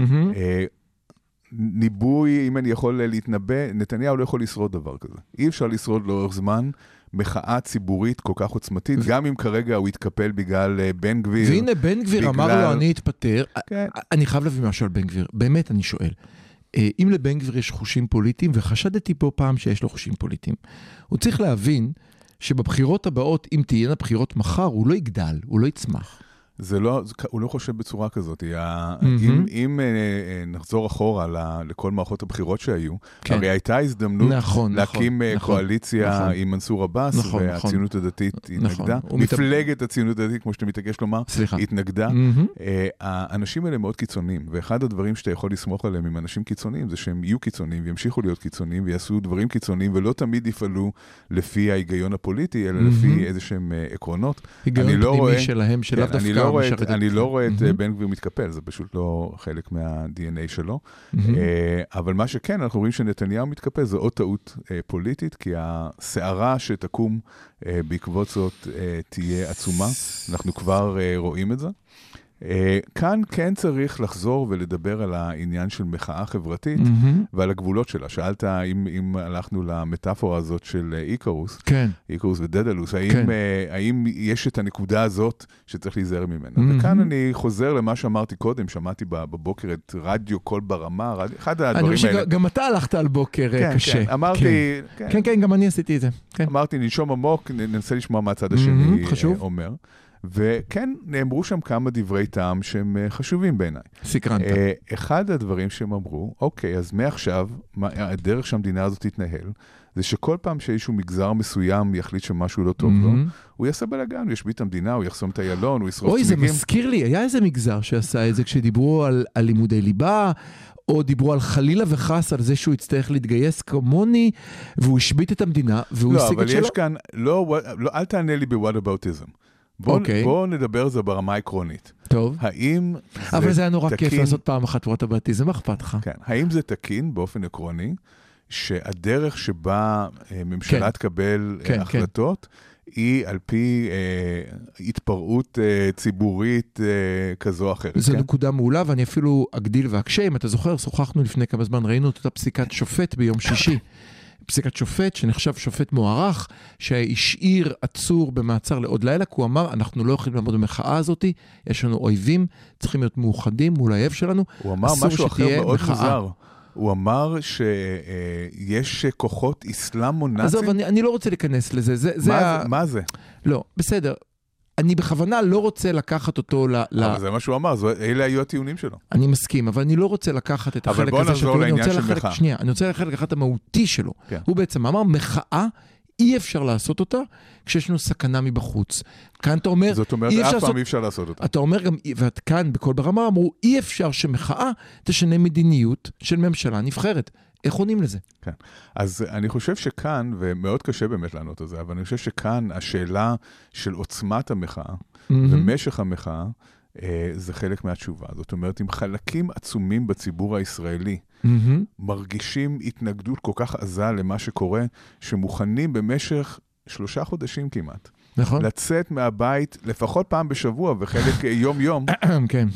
ניבוי, אם אני יכול להתנבא, נתניהו לא יכול לשרוד דבר כזה. אי אפשר לשרוד לאורך זמן מחאה ציבורית כל כך עוצמתית, גם אם כרגע הוא התקפל בגלל בן גביר. והנה בן גביר אמר לו, אני אתפטר. אני חייב להביא משהו על בן גביר. באמת אני שואל. אם לבן גביר יש חושים פוליטיים, וחשדתי פה פעם שיש לו חושים פוליטיים, הוא צריך להבין שבבחירות הבאות, אם תהיינה בחירות מחר, הוא לא יגדל, הוא לא יצמח. זה לא, הוא לא חושב בצורה כזאת. אם נחזור אחורה לכל מערכות הבחירות שהיו, הרי הייתה הזדמנות להקים קואליציה עם מנסור עבאס, והציונות הדתית התנגדה. מפלגת הציונות הדתית, כמו שאתה מתעקש לומר, התנגדה. האנשים האלה מאוד קיצוניים, ואחד הדברים שאתה יכול לסמוך עליהם עם אנשים קיצוניים, זה שהם יהיו קיצוניים, וימשיכו להיות קיצוניים, ויעשו דברים קיצוניים, ולא תמיד יפעלו לפי ההיגיון הפוליטי, אלא לפי איזשהם עקרונות. היגיון פנימי שלהם, שלאו דווקא. אני לא רואה את בן גביר מתקפל, זה פשוט לא חלק מה-DNA שלו. אבל מה שכן, אנחנו רואים שנתניהו מתקפל, זה עוד טעות פוליטית, כי השערה שתקום בעקבות זאת תהיה עצומה. אנחנו כבר רואים את זה. כאן כן צריך לחזור ולדבר על העניין של מחאה חברתית ועל הגבולות שלה. שאלת אם הלכנו למטאפורה הזאת של איקרוס, איקרוס ודדלוס, האם יש את הנקודה הזאת שצריך להיזהר ממנה. וכאן אני חוזר למה שאמרתי קודם, שמעתי בבוקר את רדיו קול ברמה, אחד הדברים האלה. גם אתה הלכת על בוקר קשה. אמרתי, כן, גם אני עשיתי את זה. אמרתי, ננשום עמוק, ננסה לשמוע מהצד השני אומר. וכן, נאמרו שם כמה דברי טעם שהם חשובים בעיניי. סקרנת. אחד הדברים שהם אמרו, אוקיי, אז מעכשיו, הדרך שהמדינה הזאת תתנהל, זה שכל פעם שאיזשהו מגזר מסוים יחליט שמשהו לא טוב לו, הוא יעשה בלגן, הוא ישבית את המדינה, הוא יחסום את איילון, הוא ישרוף צמיגים. אוי, זה מזכיר לי, היה איזה מגזר שעשה את זה, כשדיברו על לימודי ליבה, או דיברו על חלילה וחס על זה שהוא יצטרך להתגייס כמוני, והוא השבית את המדינה, והוא השיג את שלו. אבל יש כאן, אל תענה לי בוואטאבאוטיזם. בואו נדבר על זה ברמה העקרונית. טוב. האם זה אבל זה היה נורא כיף לעשות פעם אחת וואטאבאוטיזם, מה אכפת לך? כן. האם זה תקין באופן עקרוני, שהדרך שבה ממשלה תקבל החלטות, היא על פי התפרעות ציבורית כזו או אחרת. זו נקודה מעולה, ואני אפילו אגדיל ואקשה. אם אתה זוכר, שוחחנו לפני כמה זמן, ראינו את אותה פסיקת שופט ביום שישי. פסיקת שופט, שנחשב שופט מוערך, שהשאיר עצור במעצר לעוד לילה, כי הוא אמר, אנחנו לא יכולים לעמוד במחאה הזאת, יש לנו אויבים, צריכים להיות מאוחדים מול האויב שלנו. הוא אמר משהו אחר מאוד מוזר. הוא אמר שיש כוחות אסלאם או נאצים. עזוב, אני לא רוצה להיכנס לזה. מה זה? לא, בסדר. אני בכוונה לא רוצה לקחת אותו אבל זה מה שהוא אמר, אלה היו הטיעונים שלו. אני מסכים, אבל אני לא רוצה לקחת את החלק הזה. אבל בוא נעזור לעניין של מחאה. שנייה, אני רוצה לקחת המהותי שלו. הוא בעצם אמר, מחאה, אי אפשר לעשות אותה כשיש לנו סכנה מבחוץ. כאן אתה אומר, זאת אומרת, אף פעם אי אפשר לעשות אותה. אתה אומר גם, וכאן בכל ברמה אמרו, אי אפשר שמחאה תשנה מדיניות של ממשלה נבחרת. איך עונים לזה? כן. אז אני חושב שכאן, ומאוד קשה באמת לענות על זה, אבל אני חושב שכאן השאלה של עוצמת המחאה ומשך המחאה, זה חלק מהתשובה. זאת אומרת, אם חלקים עצומים בציבור הישראלי מרגישים התנגדות כל כך עזה למה שקורה, שמוכנים במשך 3 חודשים כמעט, נכון. לצאת מהבית לפחות פעם בשבוע, וחלק יום-יום. כן.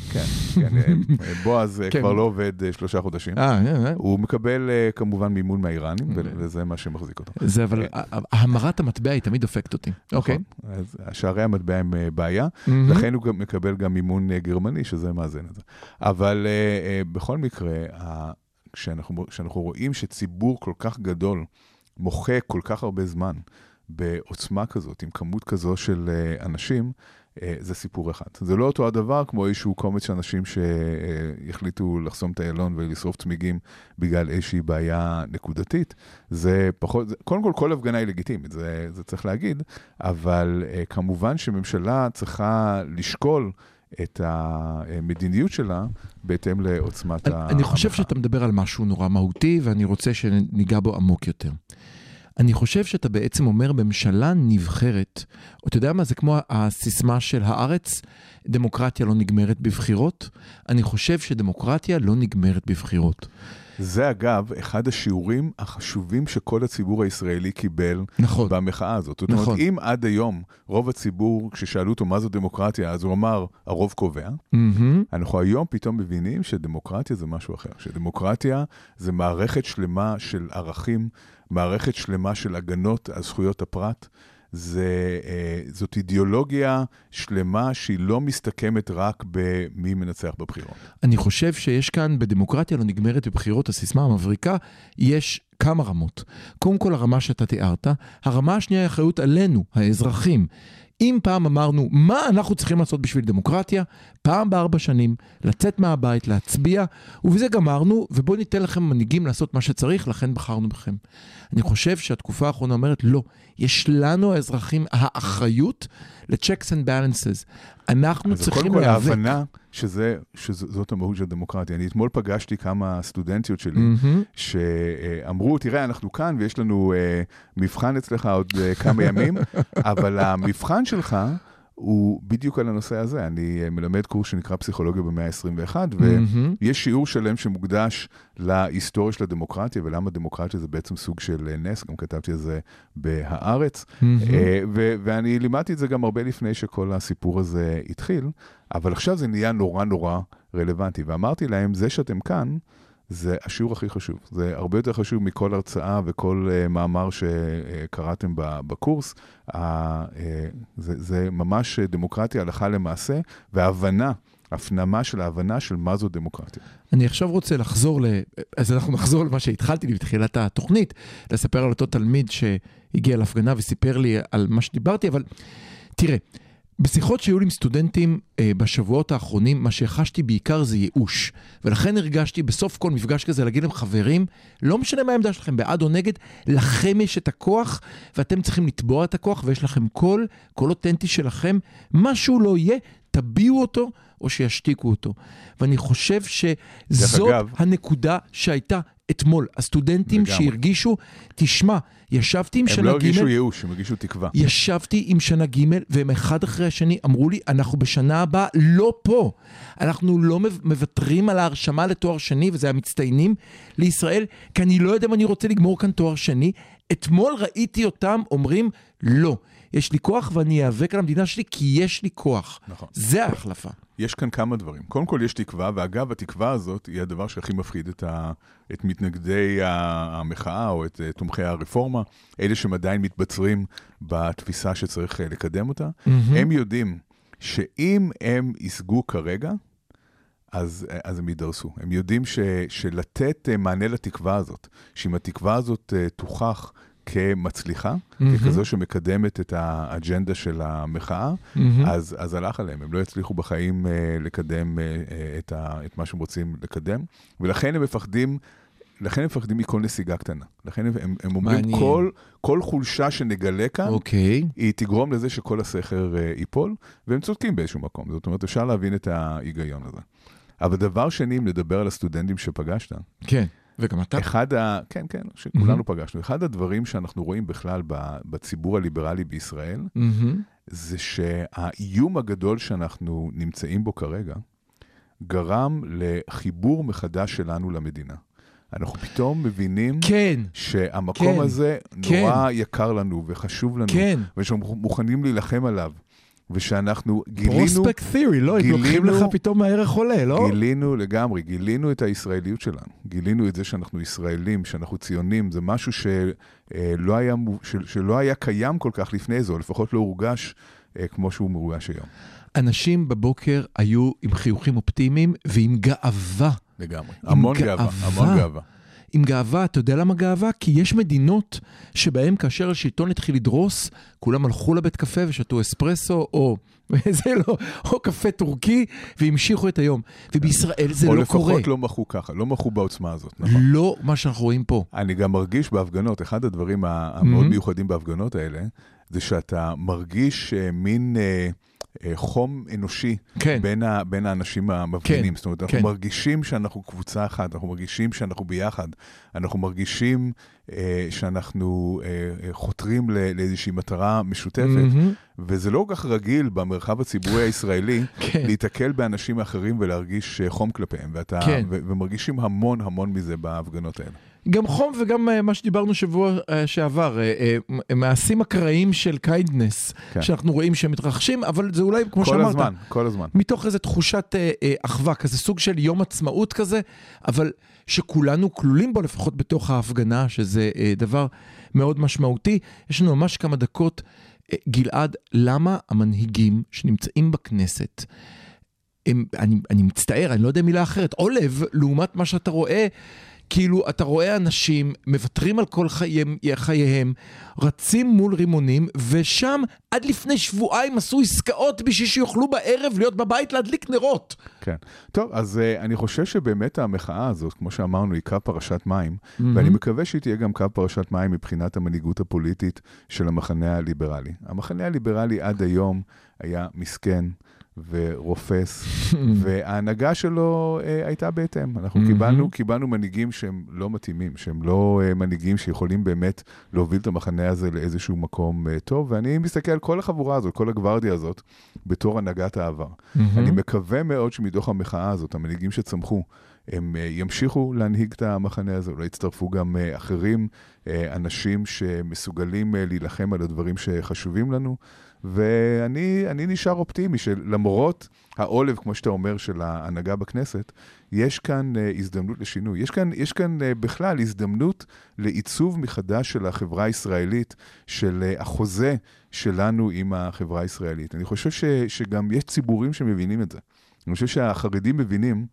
בועז כבר לא עובד 3 חודשים. הוא מקבל כמובן מימון מהאיראנים, וזה מה שמחזיק אותו. זה אבל, המרת המטבע היא תמיד דופקת אותי. אוקיי. אז שערי המטבע הם בעיה, לכן הוא מקבל גם מימון גרמני, שזה מאזן את זה. אבל בכל מקרה, כשאנחנו רואים שציבור כל כך גדול, מוחה כל כך הרבה זמן, בעוצמה כזאת, עם כמות כזו של אנשים, זה סיפור אחד. זה לא אותו הדבר כמו איזשהו קומץ של אנשים שיחליטו לחסום את איילון ולשרוף צמיגים בגלל איזושהי בעיה נקודתית. זה פחות, קודם כל הפגנה היא לגיטימית, זה צריך להגיד, אבל כמובן שממשלה צריכה לשקול את המדיניות שלה בהתאם לעוצמת המחאה. אני חושב שאתה מדבר על משהו נורא מהותי, ואני רוצה שניגע בו עמוק יותר. אני חושב שאתה בעצם אומר בממשלה נבחרת, או אתה יודע מה, זה כמו הסיסמה של הארץ, דמוקרטיה לא נגמרת בבחירות. אני חושב שדמוקרטיה לא נגמרת בבחירות. זה אגב אחד השיעורים החשובים שכל הציבור הישראלי קיבל נכון. במחאה הזאת. זאת נכון. אומרת, אם עד היום רוב הציבור, כששאלו אותו מה זו דמוקרטיה, אז הוא אמר, הרוב קובע. אנחנו היום פתאום מבינים שדמוקרטיה זה משהו אחר. שדמוקרטיה זה מערכת שלמה של ערכים, מערכת שלמה של הגנות על זכויות הפרט. זאת אידיאולוגיה שלמה שהיא לא מסתכמת רק במי מנצח בבחירות. אני חושב שיש כאן בדמוקרטיה לא נגמרת בבחירות, הסיסמה המבריקה, יש כמה רמות. קודם כל הרמה שאתה תיארת, הרמה השנייה היא אחריות עלינו, האזרחים. אם פעם אמרנו, מה אנחנו צריכים לעשות בשביל דמוקרטיה? פעם ב4 שנים, לצאת מהבית, להצביע, ובזה גמרנו, ובואו ניתן לכם מנהיגים לעשות מה שצריך, לכן בחרנו בכם. אני חושב שהתקופה האחרונה אומרת, לא, יש לנו האזרחים האחריות ל-checks and balances. אנחנו צריכים להיאבק. אז קודם כל ההבנה שזאת המהות של הדמוקרטיה. אני אתמול פגשתי כמה סטודנטיות שלי, שאמרו, תראה, אנחנו כאן, ויש לנו מבחן אצלך עוד כמה ימים, אבל המבחן שלך הוא בדיוק על הנושא הזה. אני מלמד קורס שנקרא פסיכולוגיה במאה ה-21, ויש שיעור שלם שמוקדש להיסטוריה של הדמוקרטיה, ולמה דמוקרטיה זה בעצם סוג של נס, גם כתבתי את זה בהארץ, ואני לימדתי את זה גם הרבה לפני שכל הסיפור הזה התחיל, אבל עכשיו זה נהיה נורא נורא רלוונטי, ואמרתי להם, זה שאתם כאן, זה השיעור הכי חשוב. זה הרבה יותר חשוב מכל הרצאה וכל מאמר שקראתם בקורס. זה ממש דמוקרטיה הלכה למעשה, וההבנה, הפנמה של ההבנה של מה זו דמוקרטיה. אני עכשיו רוצה לחזור אז אנחנו נחזור למה שהתחלתי לי בתחילת התוכנית, לספר על אותו תלמיד שהגיע להפגנה וסיפר לי על מה שדיברתי, אבל תראה, בשיחות שהיו לי עם סטודנטים בשבועות האחרונים, מה שהחשתי בעיקר זה ייאוש. ולכן הרגשתי בסוף כל מפגש כזה להגיד להם, חברים, לא משנה מה העמדה שלכם, בעד או נגד, לכם יש את הכוח, ואתם צריכים לתבוע את הכוח, ויש לכם קול אותנטי שלכם, משהו לא יהיה, תביאו אותו, או שישתיקו אותו. ואני חושב שזאת הנקודה שהייתה אתמול. הסטודנטים שהרגישו, תשמע, ישבתי עם שנה ג' הם לא הרגישו ייאוש, הם הרגישו תקווה. ישבתי עם שנה ג' והם אחד אחרי השני אמרו לי, אנחנו בשנה הבאה לא פה. אנחנו לא מוותרים על ההרשמה לתואר שני, וזה המצטיינים לישראל, כי אני לא יודע אם אני רוצה לגמור כאן תואר שני. אתמול ראיתי אותם אומרים, לא. יש לי כוח ואני אאבק על המדינה שלי כי יש לי כוח. נכון. זה ההחלפה. יש כאן כמה דברים. קודם כל יש תקווה, ואגב התקווה הזאת היא הדבר שהכי מפחיד את מתנגדי המחאה או את תומכי הרפורמה, אלה שהם עדיין מתבצרים בתפיסה שצריך לקדם אותה. הם יודעים שאם הם יסגו כרגע, אז הם ידרסו. הם יודעים שלתת מענה לתקווה הזאת, שאם התקווה הזאת תוכח כמצליחה, ככזו שמקדמת את האג'נדה של המחאה, אז הלך עליהם. הם לא יצליחו בחיים לקדם את מה שהם רוצים לקדם, ולכן הם מפחדים מכל נסיגה קטנה. לכן הם אומרים, כל חולשה שנגלה כאן, היא תגרום לזה שכל הסכר ייפול, והם צודקים באיזשהו מקום. זאת אומרת, אפשר להבין את ההיגיון הזה. אבל דבר שני, אם נדבר על הסטודנטים שפגשת, כן. וגם אתה? כן, שכולנו פגשנו. אחד הדברים שאנחנו רואים בכלל בציבור הליברלי בישראל, זה שהאיום הגדול שאנחנו נמצאים בו כרגע, גרם לחיבור מחדש שלנו למדינה. אנחנו פתאום מבינים שהמקום הזה נורא יקר לנו וחשוב לנו, ושאנחנו מוכנים להילחם עליו. ושאנחנו גילינו... פרוספקט תיאורי, לא? הם לוקחים לך פתאום הערך עולה, לא? גילינו את הישראליות שלנו. גילינו את זה שאנחנו ישראלים, שאנחנו ציונים. זה משהו שלא היה קיים כל כך לפני זה, או לפחות לא הורגש כמו שהוא מורגש היום. אנשים בבוקר היו עם חיוכים אופטימיים ועם גאווה. לגמרי. המון גאווה. עם גאווה. אתה יודע למה גאווה? כי יש מדינות שבהן כאשר השלטון התחיל לדרוס, כולם הלכו לבית קפה ושתו אספרסו, או קפה טורקי, והמשיכו את היום. ובישראל זה לא קורה. או לפחות לא מחו ככה, לא מחו בעוצמה הזאת. נכון? לא מה שאנחנו רואים פה. אני גם מרגיש בהפגנות, אחד הדברים המאוד מיוחדים בהפגנות האלה, זה שאתה מרגיש מין חום אנושי בין האנשים המפגינים. זאת אומרת, אנחנו מרגישים שאנחנו קבוצה אחת, אנחנו מרגישים שאנחנו ביחד, אנחנו מרגישים שאנחנו חותרים לאיזושהי מטרה משותפת, וזה לא כך רגיל במרחב הציבורי הישראלי להתקל באנשים אחרים ולהרגיש חום כלפיהם, ומרגישים המון המון מזה בהפגנות האלה. גם חום וגם מה שדיברנו שבוע שעבר, מעשים אקראיים של קיינדנס, שאנחנו רואים שהם מתרחשים, אבל זה אולי, כמו שאמרת, כל הזמן. מתוך איזו תחושת אחווה, כזה סוג של יום עצמאות כזה, אבל שכולנו כלולים בו, לפחות בתוך ההפגנה, שזה דבר מאוד משמעותי. יש לנו ממש כמה דקות. גלעד, למה המנהיגים שנמצאים בכנסת, אני מצטער, אני לא יודע מילה אחרת, עולב, לעומת מה שאתה רואה, כאילו אתה רואה אנשים מוותרים על כל חייהם, רצים מול רימונים, ושם עד לפני שבועיים עשו עסקאות בשביל שיוכלו בערב להיות בבית להדליק נרות. כן. טוב, אז אני חושב שבאמת המחאה הזאת, כמו שאמרנו, היא קו פרשת מים, ואני מקווה שהיא תהיה גם קו פרשת מים מבחינת המנהיגות הפוליטית של המחנה הליברלי. המחנה הליברלי עד היום היה מסכן, ורופס, וההנהגה שלו הייתה בהתאם. אנחנו קיבלנו מנהיגים שהם לא מתאימים, שהם לא מנהיגים שיכולים באמת להוביל את המחנה הזה לאיזשהו מקום טוב, ואני מסתכל על כל החבורה הזאת, כל הגוורדיה הזאת, בתור הנהגת העבר. אני מקווה מאוד שמתוך המחאה הזאת, המנהיגים שצמחו, הם ימשיכו להנהיג את המחנה הזה, אולי יצטרפו גם אחרים, אנשים שמסוגלים להילחם על הדברים שחשובים לנו, ואני נשאר אופטימי שלמרות העולב, כמו שאתה אומר, של ההנהגה בכנסת, יש כאן הזדמנות לשינוי. יש כאן בכלל הזדמנות לעיצוב מחדש של החברה הישראלית, של החוזה שלנו עם החברה הישראלית. אני חושב שגם יש ציבורים שמבינים את זה. אני חושב שהחרדים מבינים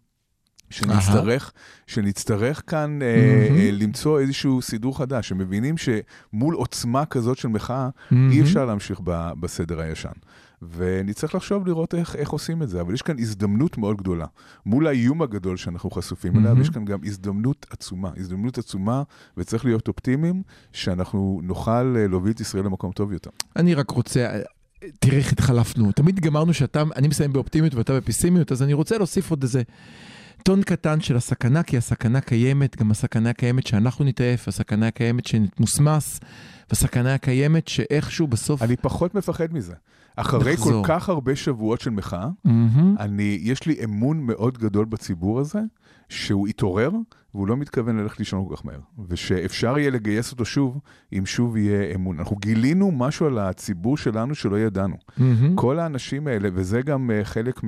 שנצטרך כאן למצוא איזשהו סידור חדש, שמבינים שמול עוצמה כזאת של מחאה, אי אפשר להמשיך בסדר הישן. ונצטרך לחשוב לראות איך עושים את זה, אבל יש כאן הזדמנות מאוד גדולה. מול האיום הגדול שאנחנו חשופים אליו, יש כאן גם הזדמנות עצומה, וצריך להיות אופטימיים, שאנחנו נוכל להוביל את ישראל למקום טוב יותר. אני רק רוצה, תראה איך התחלפנו, תמיד גמרנו אני מסיים באופטימיות ואתה בפסימיות, אז אני רוצה להוסיף עוד איזה טון קטן של הסכנה, כי הסכנה קיימת, גם הסכנה קיימת שאנחנו נתעף, הסכנה קיימת שנתמוסמס, והסכנה קיימת שאיכשהו בסוף... אני פחות מפחד מזה. אחרי כל כך הרבה שבועות של מחאה, יש לי אמון מאוד גדול בציבור הזה, שהוא יתעורר, והוא לא מתכוון ללכת לישון כל כך מהר. ושאפשר יהיה לגייס אותו שוב, אם שוב יהיה אמון. אנחנו גילינו משהו על הציבור שלנו שלא ידענו. כל האנשים האלה, וזה גם חלק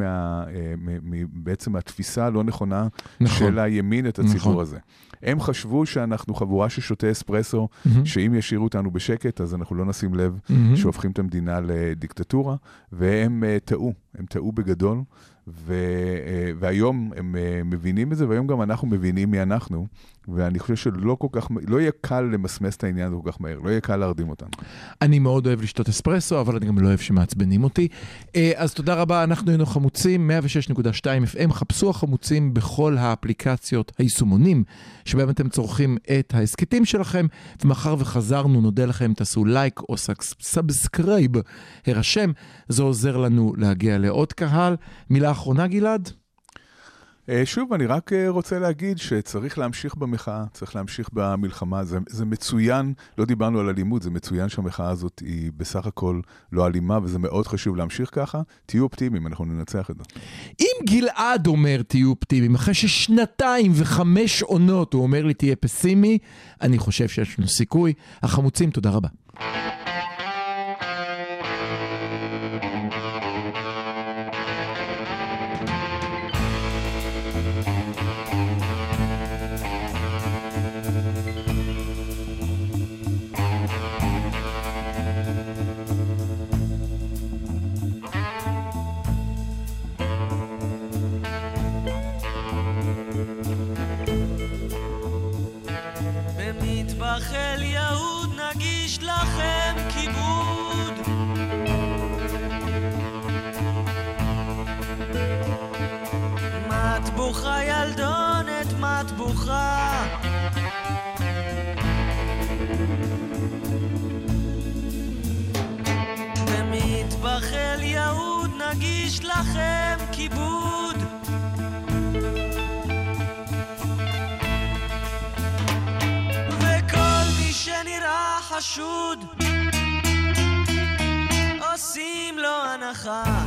בעצם התפיסה הלא נכונה של הימין את הציבור הזה. הם חשבו שאנחנו חבורה ששותה אספרסו, שאם ישאירו אותנו בשקט, אז אנחנו לא נשים לב שהופכים את המדינה לדיקטטורה, והם טעו בגדול, והיום הם מבינים את זה, והיום גם אנחנו מבינים מי אנחנו, ואני חושב שלא כל כך, לא יהיה קל למסמס את העניין הזה כל כך מהר, לא יהיה קל להרדים אותנו. אני מאוד אוהב לשתות אספרסו, אבל אני גם לא אוהב שמעצבנים אותי. אז תודה רבה, אנחנו היינו חמוצים, 106.2 FM, חפשו החמוצים בכל האפליקציות, היישומונים, שבהם אתם צורכים את העסקטים שלכם, ומחר וחזרנו, נודה לכם, תעשו לייק או סאבסקרייב, הרשם, זה עוזר לנו להגיע לעוד קהל. מילה אחרונה, גלעד? שוב, אני רק רוצה להגיד שצריך להמשיך במחאה, צריך להמשיך במלחמה, זה מצוין, לא דיברנו על אלימות, זה מצוין שהמחאה הזאת היא בסך הכל לא אלימה, וזה מאוד חשוב להמשיך ככה, תהיו אופטימיים, אנחנו ננצח את זה. אם גלעד אומר תהיו אופטימיים, אחרי ששנתיים ו5 עונות הוא אומר לי תהיה פסימי, אני חושב שיש לנו סיכוי. החמוצים, תודה רבה. נגיש לכם כיבוד. וכל מי שנראה חשוד עושים לו הנחה.